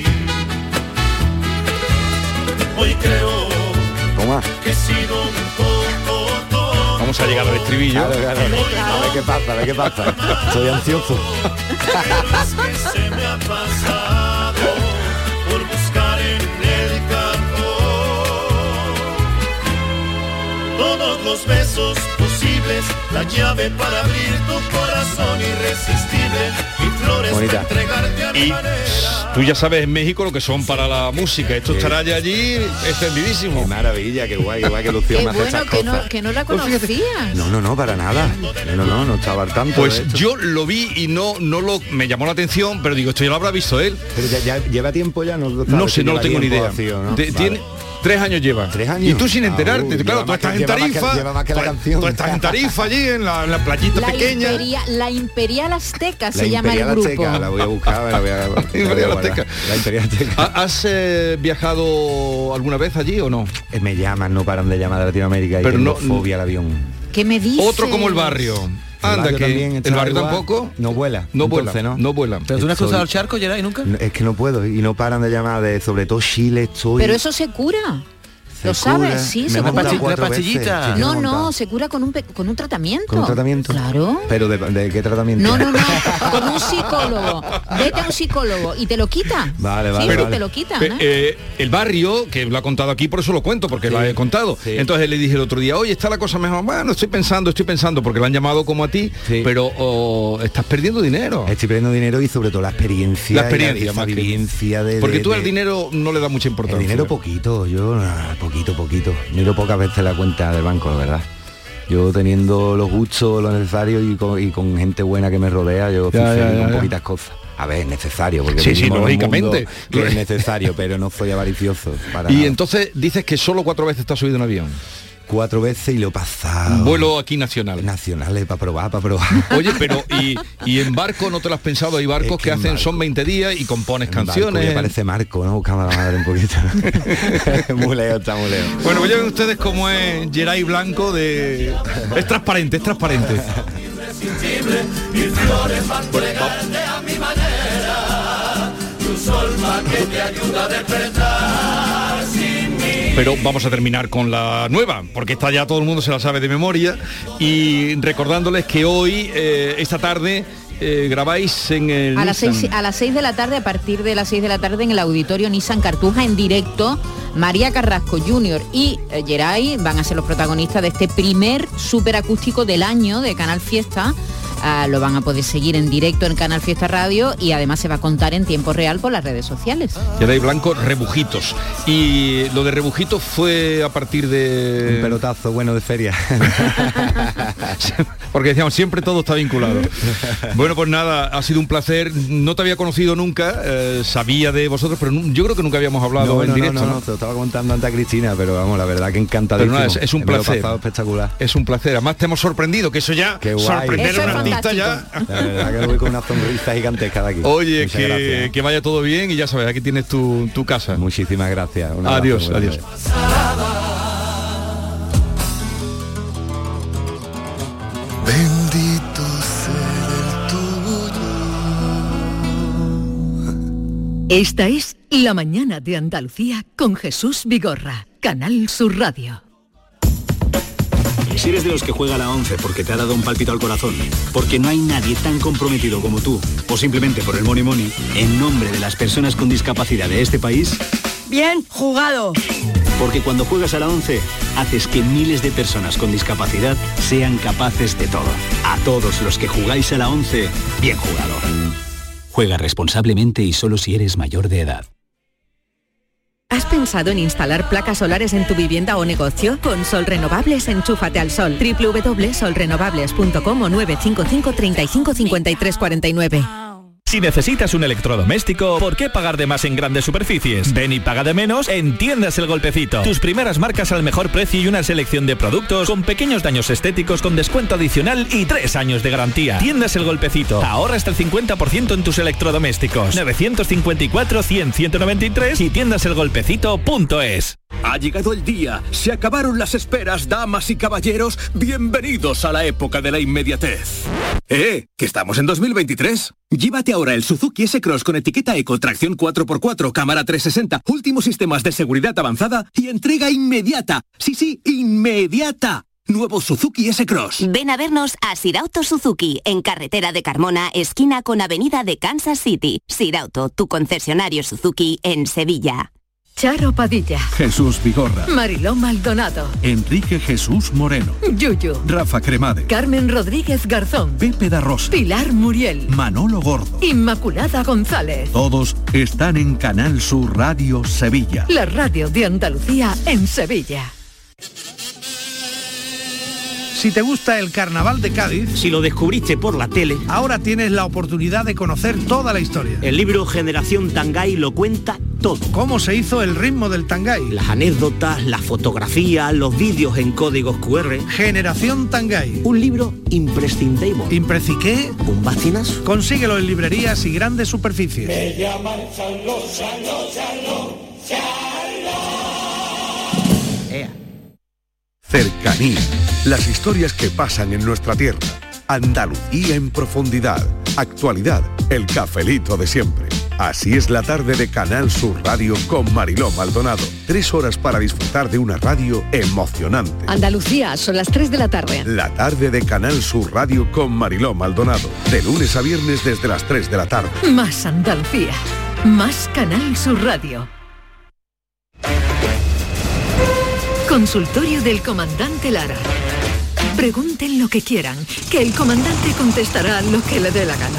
Hoy creo Toma. que he sido un poco tonto. Vamos a llegar al estribillo. Claro. A ver qué pasa. Estoy ansioso. Pero es que se me ha pasado por buscar en el cajón todos los besos posibles, la llave para abrir tu corazón irresistible y flores Bonita. para entregarte a mi Y manera. tú ya sabes en México lo que son para la música. Esto estará ya allí extendidísimo. Qué maravilla, qué guay que Lucio Qué me hace bueno estas cosas. que no la conocías. No, para nada. No estaba al tanto. de Pues esto. yo lo vi y me llamó la atención, pero digo, esto ya lo habrá visto él. Pero ya lleva tiempo ya, No sé, no lo tengo ni idea. Tiene 3 años lleva. 3 años. Y tú sin enterarte, claro, tú lleva estás más en que- Tarifa. lleva más que la canción. Tú estás en Tarifa allí, en la playita pequeña. La Imperial Azteca La se llama el Imperial grupo. Azteca, la voy a buscar, la voy a Imperial guardar. Azteca. La Imperial Azteca. ¿Has viajado alguna vez allí o no? Me llaman, no paran de llamar de Latinoamérica y Pero tengo no- fobia al avión. ¿Qué me dices? Otro como el barrio. Anda, barrio que también está el barrio igual. tampoco No vuela. no vuela, Entonces, no vuela. ¿Pero tú no has Estoy- cruzado el charco, Geray, nunca? No, es que no puedo y no paran de llamar de sobre todo Chile estoy. Pero eso se cura. ¿Lo sabes? Sí, se cura. Una pastillita. No, se cura con un tratamiento. ¿Con un tratamiento? Claro. ¿Pero de qué tratamiento? No, con un psicólogo. Vete a un psicólogo y te lo quita. Vale. Sí, Pero, te lo quita, ¿no? El barrio, que lo ha contado aquí, por eso lo cuento, porque lo he contado. Sí. Entonces le dije el otro día, oye, está la cosa mejor. Bueno, estoy pensando, porque lo han llamado como a ti, pero estás perdiendo dinero. Estoy perdiendo dinero y sobre todo la experiencia. Porque tú al dinero no le das mucha importancia. El dinero poquito, poquito. Miro pocas veces la cuenta del banco, la verdad. Yo teniendo los gustos, lo necesario y con gente buena que me rodea, yo estoy feliz con poquitas cosas. A ver, es necesario, porque sí, lógicamente que es necesario, pero no soy avaricioso. Y entonces dices que solo 4 veces te has subido en avión. 4 veces y lo he pasado. Vuelo aquí nacional. Nacionales, para probar. Oye, pero ¿y en barco no te lo has pensado? Hay barcos que hacen, son 20 días y compones canciones. Me parece Marco, ¿no? Buscamos la madre un poquito. Muy lejos, está muy lejos. Bueno, pues ya ven ustedes cómo es Geray Blanco Es transparente. Mis flores van plegarte a mi manera, tu sol que te ayuda a despertar sin mí. Pero vamos a terminar con la nueva, porque esta ya todo el mundo se la sabe de memoria, y recordándoles que hoy, esta tarde, grabáis en el a las 6 de la tarde, a partir de las 6 de la tarde, en el auditorio Nissan Cartuja, en directo, María Carrasco Jr. y Geray van a ser los protagonistas de este primer superacústico del año de Canal Fiesta. Lo van a poder seguir en directo en Canal Fiesta Radio y además se va a contar en tiempo real por las redes sociales. Geray Blanco, Rebujitos. Y lo de Rebujitos fue a partir de... Un pelotazo bueno de feria. Porque decíamos, siempre todo está vinculado. Bueno, pues nada, ha sido un placer. No te había conocido nunca, sabía de vosotros, pero yo creo que nunca habíamos hablado en directo. No, te lo estaba contando antes a Cristina, pero vamos, la verdad que encantadísimo. Pero nada, es un placer. Me lo he pasado espectacular. Es un placer. Además te hemos sorprendido, que eso ya, sorprender a un artista ya. La verdad que voy con una sonrisa gigantesca de aquí. Oye, que vaya todo bien y ya sabes, aquí tienes tu casa. Muchísimas gracias. Adiós. Bendito ser el tuyo. Esta es La Mañana de Andalucía con Jesús Vigorra, Canal Sur Radio. Si eres de los que juega la 11 porque te ha dado un pálpito al corazón, porque no hay nadie tan comprometido como tú, o simplemente por el money money, en nombre de las personas con discapacidad de este país... ¡Bien jugado! Porque cuando juegas a la 11, haces que miles de personas con discapacidad sean capaces de todo. A todos los que jugáis a la 11, bien jugado. Juega responsablemente y solo si eres mayor de edad. ¿Has pensado en instalar placas solares en tu vivienda o negocio? Con Sol Renovables, enchúfate al sol. www.solrenovables.com o 955 35 53 49. Si necesitas un electrodoméstico, ¿por qué pagar de más en grandes superficies? Ven y paga de menos en Tiendas El Golpecito. Tus primeras marcas al mejor precio y una selección de productos con pequeños daños estéticos con descuento adicional y 3 años de garantía. Tiendas El Golpecito. Ahorra hasta el 50% en tus electrodomésticos. 954-100-193 y tiendaselgolpecito.es. Ha llegado el día, se acabaron las esperas, damas y caballeros, bienvenidos a la época de la inmediatez. Que estamos en 2023. Llévate ahora el Suzuki S-Cross con etiqueta Eco, tracción 4x4, cámara 360, últimos sistemas de seguridad avanzada y entrega inmediata. Sí, inmediata. Nuevo Suzuki S-Cross. Ven a vernos a Sirauto Suzuki, en carretera de Carmona, esquina con avenida de Kansas City. Sirauto, tu concesionario Suzuki en Sevilla. Charo Padilla, Jesús Vigorra, Mariló Maldonado, Enrique Jesús Moreno, Yuyu, Rafa Cremade, Carmen Rodríguez Garzón, Pepe da Rosa, Pilar Muriel, Manolo Gordo, Inmaculada González. Todos están en Canal Sur Radio Sevilla. La radio de Andalucía en Sevilla. Si te gusta el Carnaval de Cádiz, si lo descubriste por la tele, ahora tienes la oportunidad de conocer toda la historia. El libro Generación Tangay lo cuenta todo. Cómo se hizo el ritmo del Tangay. Las anécdotas, las fotografías, los vídeos en códigos QR. Generación Tangay. Un libro imprescindible. ¿Impreciqué? ¿Un vacinas? Consíguelo en librerías y grandes superficies. Me llaman Chalo. Cercanía. Las historias que pasan en nuestra tierra. Andalucía en profundidad. Actualidad. El cafelito de siempre. Así es la tarde de Canal Sur Radio con Mariló Maldonado. 3 horas para disfrutar de una radio emocionante. Andalucía, son las 3 de la tarde. La tarde de Canal Sur Radio con Mariló Maldonado. De lunes a viernes desde las 3 de la tarde. Más Andalucía, más Canal Sur Radio. Consultorio del comandante Lara. Pregunten lo que quieran, que el comandante contestará lo que le dé la gana.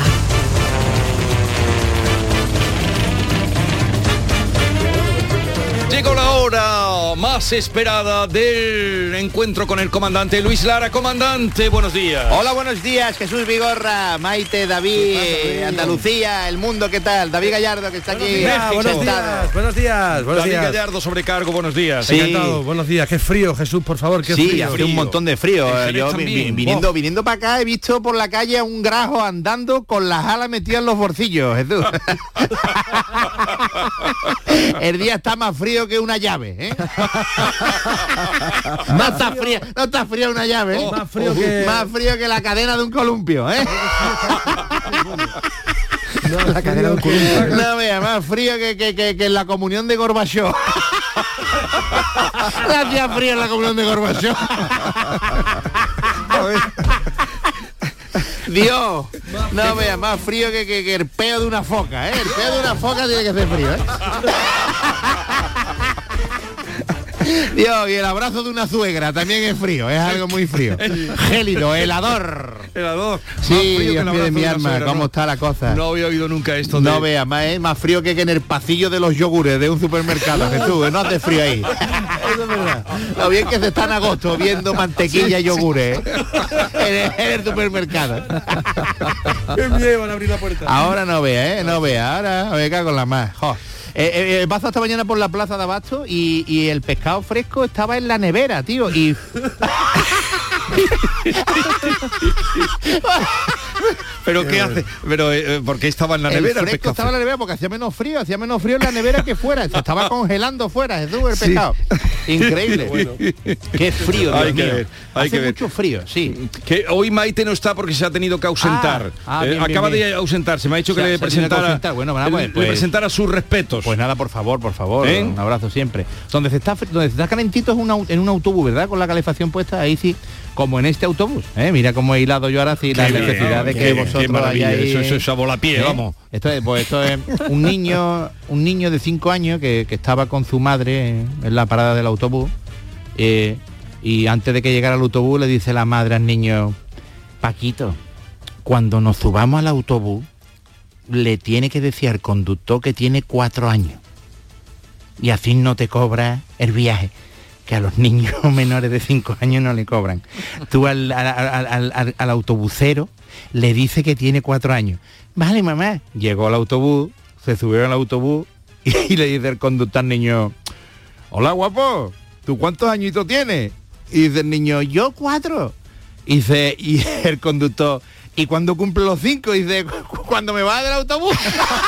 Llegó la hora más esperada del encuentro con el comandante Luis Lara. Comandante, buenos días. Hola, buenos días, Jesús Vigorra, Maite, David, Andalucía, el mundo, ¿qué tal? David Gallardo, que está aquí. Buenos días. David Gallardo, sobrecargo, buenos días. Sí. Encantado, buenos días. Qué frío, Jesús, por favor, qué frío. Sí, hace un montón de frío. Yo viniendo para acá he visto por la calle a un grajo andando con las alas metidas en los bolsillos, Jesús. El día está más frío que una llave, ¿eh? No está fría una llave, ¿eh? Más frío que la cadena de un columpio, ¿eh? No, la cadena de un columpio. No vea, más frío que en la comunión de Gorbachov. Hacía frío en la comunión de Gorbachov. Dios, no vea, más frío que el peo de una foca, ¿eh? El peo de una foca tiene que ser frío, ¿eh? Dios, y el abrazo de una suegra también es frío, es algo muy frío. Gélido, helador. Sí, Dios mío de mi alma, ¿cómo está la cosa? No había oído nunca esto. No vea, más frío que en el pasillo de los yogures de un supermercado, Jesús, no hace frío ahí. Eso es verdad. Lo bien que se está en agosto viendo mantequilla y yogures, ¿eh? en el supermercado. Qué miedo, van a abrir la puerta. Ahora no vea, no vea, ahora me cago en la más. Paso esta mañana por la plaza de Abasto y el pescado fresco estaba en la nevera, tío, y... ¿Pero qué hace? Pero ¿por qué estaba en la nevera? El fresco estaba en la nevera porque hacía menos frío en la nevera que fuera. Se estaba congelando fuera, Jesús, el pescado. Increíble. Bueno. Qué frío, Dios mío. Hace mucho frío, sí. Que hoy Maite no está porque se ha tenido que ausentar. Acaba de ausentarse. Me ha dicho que le presentara sus respetos. Pues nada, por favor. Un abrazo siempre. Donde se está calentito es en un autobús, ¿verdad? Con la calefacción puesta, ahí sí. Como en este autobús, mira cómo he hilado yo ahora, sí, la necesidad de que vosotros hayáis... Eso es a volapié, vamos. Esto es un niño de 5 años que estaba con su madre en la parada del autobús, y antes de que llegara al autobús le dice la madre al niño: Paquito, cuando nos subamos al autobús, le tiene que decir al conductor que tiene 4 años, y así no te cobra el viaje, que a los niños menores de 5 años no le cobran. Tú al autobusero le dice que tiene 4 años. Vale, mamá. Llegó al autobús, se subió al autobús y le dice el conductor al niño: hola, guapo, ¿tú cuántos añitos tienes? Y dice el niño: yo 4. Y el conductor: ¿y cuando cumple los 5? Dice: cuando me va del autobús.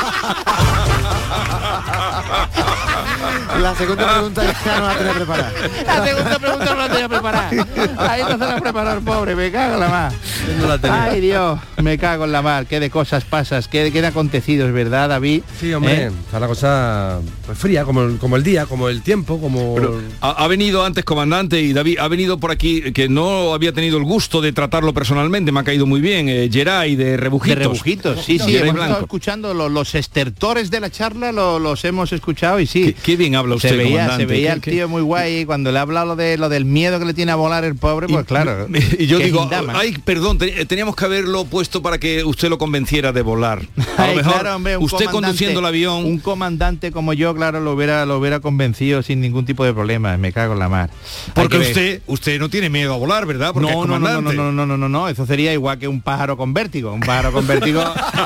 La segunda pregunta ya no la tenía preparada. La segunda pregunta no la tenía preparada. Ahí no se la preparó el pobre, me cago en la mar. Ay, Dios, me cago en la mar. Qué de cosas pasas, qué de acontecidos, ¿verdad, David? Sí, hombre, está la cosa pues fría, como el día, como el tiempo, como... Pero ha venido antes, comandante, y David ha venido por aquí, que no había tenido el gusto de tratarlo personalmente, me ha caído muy bien, Geray de Rebujitos. De Rebujitos, sí, hemos estado escuchando los estertores de la charla, los hemos escuchado y sí. Qué bien habla usted, se veía el tío muy guay, y cuando le ha hablado lo del miedo que le tiene a volar el pobre, pues claro. Y yo digo, ay, perdón, teníamos que haberlo puesto para que usted lo convenciera de volar. A lo mejor, claro, hombre, usted conduciendo el avión. Un comandante como yo, claro, lo hubiera convencido sin ningún tipo de problema, me cago en la mar. Porque usted no tiene miedo a volar, ¿verdad? Porque no, eso sería igual que un pájaro con vértigo. Un pájaro con vértigo...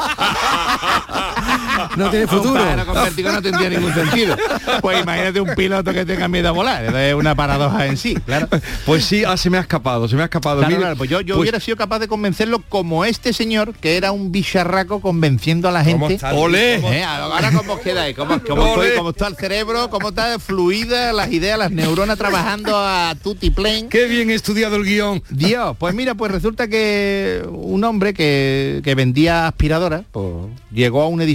no tiene futuro. Un pájaro con vértigo no tendría ningún sentido. Pues imagínate un piloto que tenga miedo a volar. Es una paradoja en sí, claro. Pues sí, se me ha escapado. Claro, pues yo hubiera sido capaz de convencerlo como este señor, que era un bicharraco convenciendo a la gente. ¡Olé! Ahora cómo queda ahí, cómo está el cerebro, cómo está fluida las ideas, las neuronas trabajando a tutiplén. Qué bien estudiado el guión. Dios, pues mira, pues resulta que un hombre que vendía aspiradoras, pues llegó a un edificio de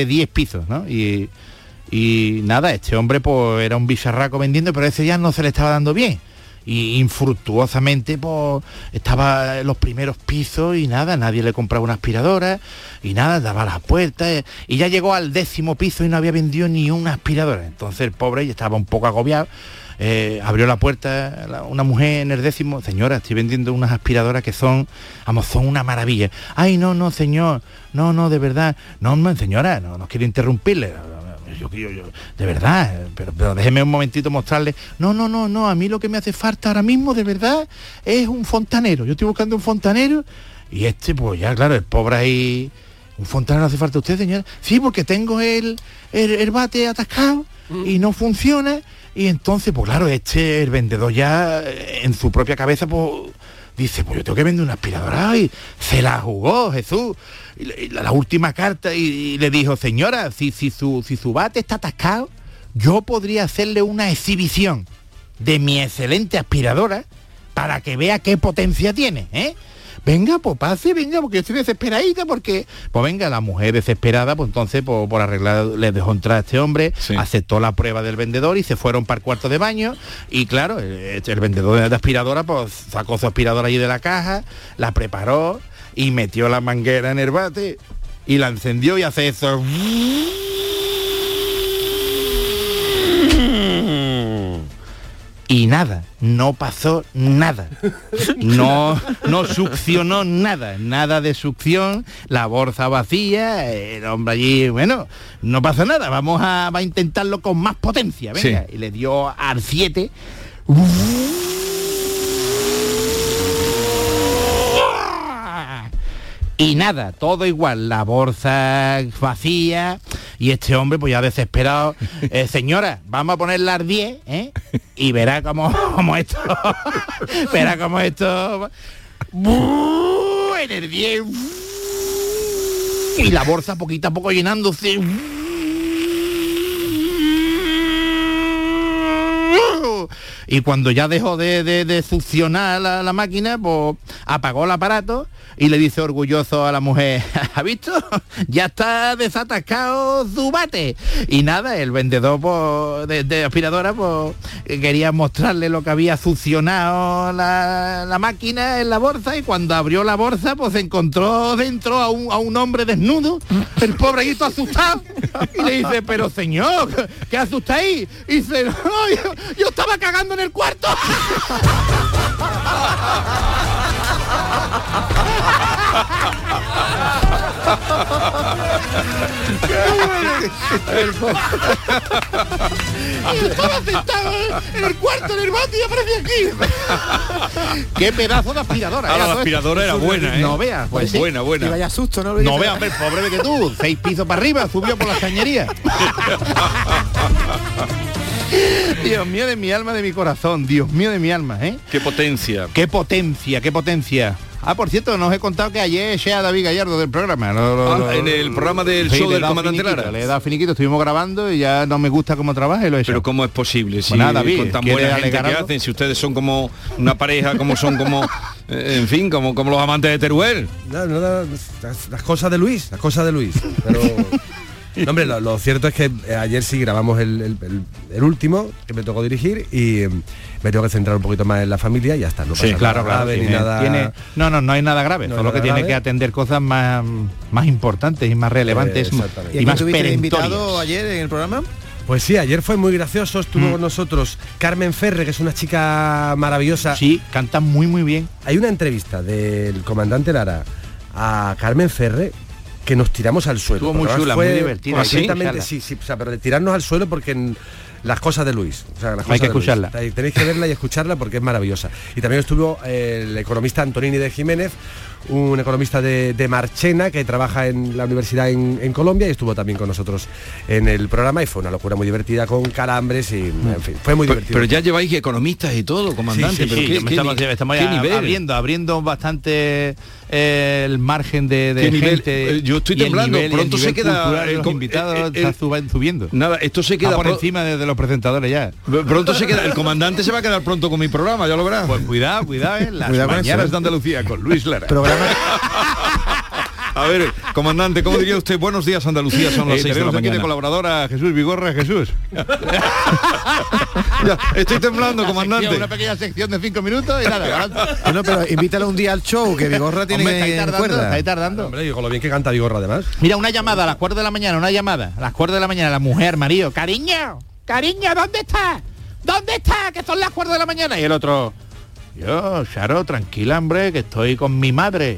de 10 pisos, ¿no? Y nada, este hombre pues era un bicharraco vendiendo, pero ese ya no se le estaba dando bien. Y infructuosamente pues estaba en los primeros pisos y nada, nadie le compraba una aspiradora y nada, daba las puertas y ya llegó al 10º piso y no había vendido ni una aspiradora. Entonces el pobre ya estaba un poco agobiado, abrió la puerta una mujer en el 10º, señora, estoy vendiendo unas aspiradoras que son una maravilla. Ay, no, señor, no, de verdad, no, señora, no quiero interrumpirle. Yo, de verdad, pero déjeme un momentito mostrarle. No, a mí lo que me hace falta ahora mismo, de verdad, es un fontanero. Yo estoy buscando un fontanero y pues ya, claro, el pobre ahí... ¿Un fontanero hace falta a usted, señora? Sí, porque tengo el bate atascado y no funciona. Y entonces, pues claro, el vendedor ya en su propia cabeza, pues... Dice, pues yo tengo que vender una aspiradora y se la jugó Jesús. Y la última carta y le dijo, señora, si su bate está atascado, yo podría hacerle una exhibición de mi excelente aspiradora para que vea qué potencia tiene, ¿eh? Venga, pues pase, venga, porque yo estoy desesperadita, porque... Pues venga, la mujer desesperada, pues entonces por arreglar le dejó entrar a este hombre, aceptó la prueba del vendedor y se fueron para el cuarto de baño. Y claro, el vendedor de aspiradora, pues sacó su aspiradora allí de la caja, la preparó y metió la manguera en el bate y la encendió y hace eso... Y nada, no pasó nada. No succionó nada de succión, la bolsa vacía, el hombre allí, bueno, no pasa nada, vamos a intentarlo con más potencia, venga. Sí. Y le dio al 7. Y nada, todo igual, la bolsa vacía y este hombre pues ya desesperado, señora, vamos a ponerla al 10, ¿eh? Y verá cómo esto, verá cómo esto, en el 10, y la bolsa poquito a poco llenándose. Y cuando ya dejó de succionar la máquina, pues apagó el aparato y le dice orgulloso a la mujer, ¿ha visto? Ya está desatascado su bate. Y nada, el vendedor pues, de aspiradora pues quería mostrarle lo que había succionado la máquina en la bolsa, y cuando abrió la bolsa pues encontró dentro a un hombre desnudo, el pobrecito asustado, y le dice, pero señor, ¿qué asustáis? Y dice, no, yo estaba cagando en el cuarto. Y estaba sentado en el cuarto, en el bate, y apareció aquí. Qué pedazo de aspiradora. La aspiradora era buena, ¿eh? No veas, pues buena. Y vaya susto, ¿no? No veas, hombre, pobre que tú. 6 pisos para arriba, subió por la cañería. Dios mío de mi alma, de mi corazón, Dios mío de mi alma, ¿eh? Qué potencia. Qué potencia. Ah, por cierto, nos he contado que ayer eché a David Gallardo del programa. En el programa del show del comandante Lara. Le he dado finiquito, estuvimos grabando y ya no me gusta cómo trabaja y lo he hecho. Pero ¿cómo es posible? Si nada, David, con tan buena gente que hacen, si ustedes son como una pareja, como son como, en fin, como los amantes de Teruel. Las cosas de Luis, Pero... No, hombre, lo cierto es que ayer sí grabamos el último que me tocó dirigir y me tengo que centrar un poquito más en la familia y ya está. No pasa nada grave, ni nada... No hay nada grave, solo que tiene que atender cosas más importantes y más relevantes y más perentorias. ¿Invitado ayer en el programa? Pues sí, ayer fue muy gracioso, estuvo con nosotros Carmen Ferre, que es una chica maravillosa. Sí, canta muy bien. Hay una entrevista del comandante Lara a Carmen Ferre que nos tiramos al suelo. Estuvo muy chula, muy divertida. Exactamente, sí, o sea, pero de tirarnos al suelo porque las cosas de Luis. O sea, hay que escucharla. Tenéis que verla y escucharla porque es maravillosa. Y también estuvo el economista Antonini de Jiménez, un economista de Marchena que trabaja en la universidad en Colombia, y estuvo también con nosotros en el programa y fue una locura muy divertida con calambres y en fin, fue muy divertido. Pero ya lleváis economistas y todo, comandante. Sí, pero estamos abriendo bastante el margen de gente. Yo estoy temblando, pronto se queda los invitados está subiendo. Nada, esto se queda por encima de los presentadores ya. Pronto se queda, el comandante se va a quedar pronto con mi programa, ya lo verás. Pues cuidado, las mañanas de Andalucía con Luis Lara. A ver, comandante, ¿cómo diría usted? Buenos días, Andalucía, son las 6 de la mañana. De colaboradora Jesús Vigorra, Jesús. Ya, estoy temblando, comandante. Una pequeña sección de 5 minutos y nada. Bueno, pero invítalo un día al show, que Vigorra tiene Estáis tardando. Hombre, y con lo bien que canta Vigorra, además. Mira, una llamada a las 4 de la mañana, a las 4 de la mañana, la mujer, marido, cariño, ¿dónde estás? ¿Dónde estás? Que son las 4 de la mañana. Y el otro, yo, Charo, tranquila, hombre, que estoy con mi madre.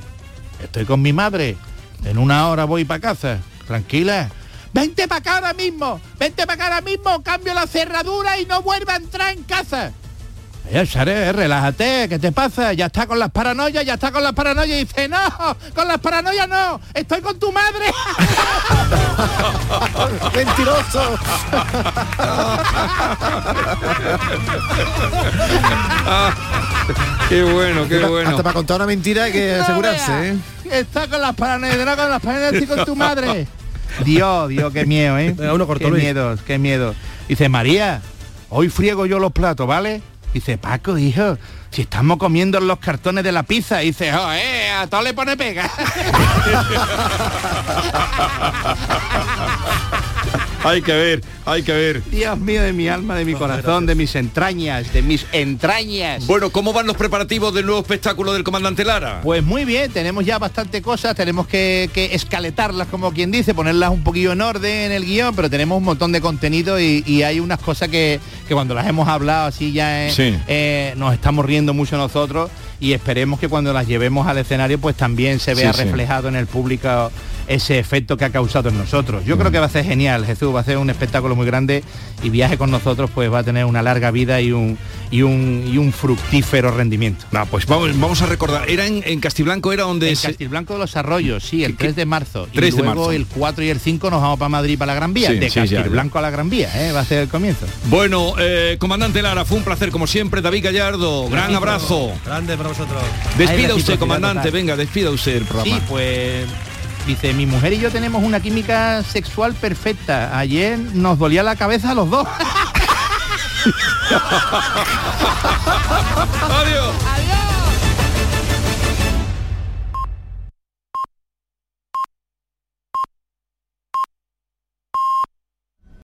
En una hora voy para casa. Tranquila. Vente para acá ahora mismo, cambio la cerradura y no vuelva a entrar en casa. Charo, relájate, ¿qué te pasa? Ya está con las paranoias. Y dice, no, con las paranoias no, estoy con tu madre. ¡Mentiroso! Qué bueno. Hasta para contar una mentira hay que asegurarse, ¿eh? Está con las paranoias, no con las paranoias, estoy con tu madre. Dios, qué miedo, ¿eh? Uno cortó, qué miedo. Dice, María, hoy friego yo los platos, ¿vale? Dice, Paco, hijo, si estamos comiendo en los cartones de la pizza. Dice, a todo le pone pega. Hay que ver. Dios mío, de mi alma, de mi corazón, de mis entrañas. Bueno, ¿cómo van los preparativos del nuevo espectáculo del comandante Lara? Pues muy bien, tenemos ya bastante cosas, tenemos que escaletarlas, como quien dice, ponerlas un poquillo en orden en el guión, pero tenemos un montón de contenido y hay unas cosas que cuando las hemos hablado así ya nos estamos riendo mucho nosotros y esperemos que cuando las llevemos al escenario pues también se vea reflejado en el público ese efecto que ha causado en nosotros. Yo creo que va a ser genial, Jesús, va a ser un espectáculo muy grande y Viaje con nosotros pues va a tener una larga vida y un fructífero rendimiento. Pues vamos a recordar, era en Castiblanco, era donde... En Castiblanco de los Arroyos, sí, el 3 de marzo. Y luego el 4 y el 5 nos vamos para Madrid, para la Gran Vía. De Castiblanco a la Gran Vía, va a ser el comienzo. Bueno, comandante Lara, fue un placer como siempre. David Gallardo, gran abrazo. Grande para vosotros. Despida usted, comandante, venga, despida usted el programa. Sí, pues... Dice, mi mujer y yo tenemos una química sexual perfecta. Ayer nos dolía la cabeza a los dos. Adiós. Adiós.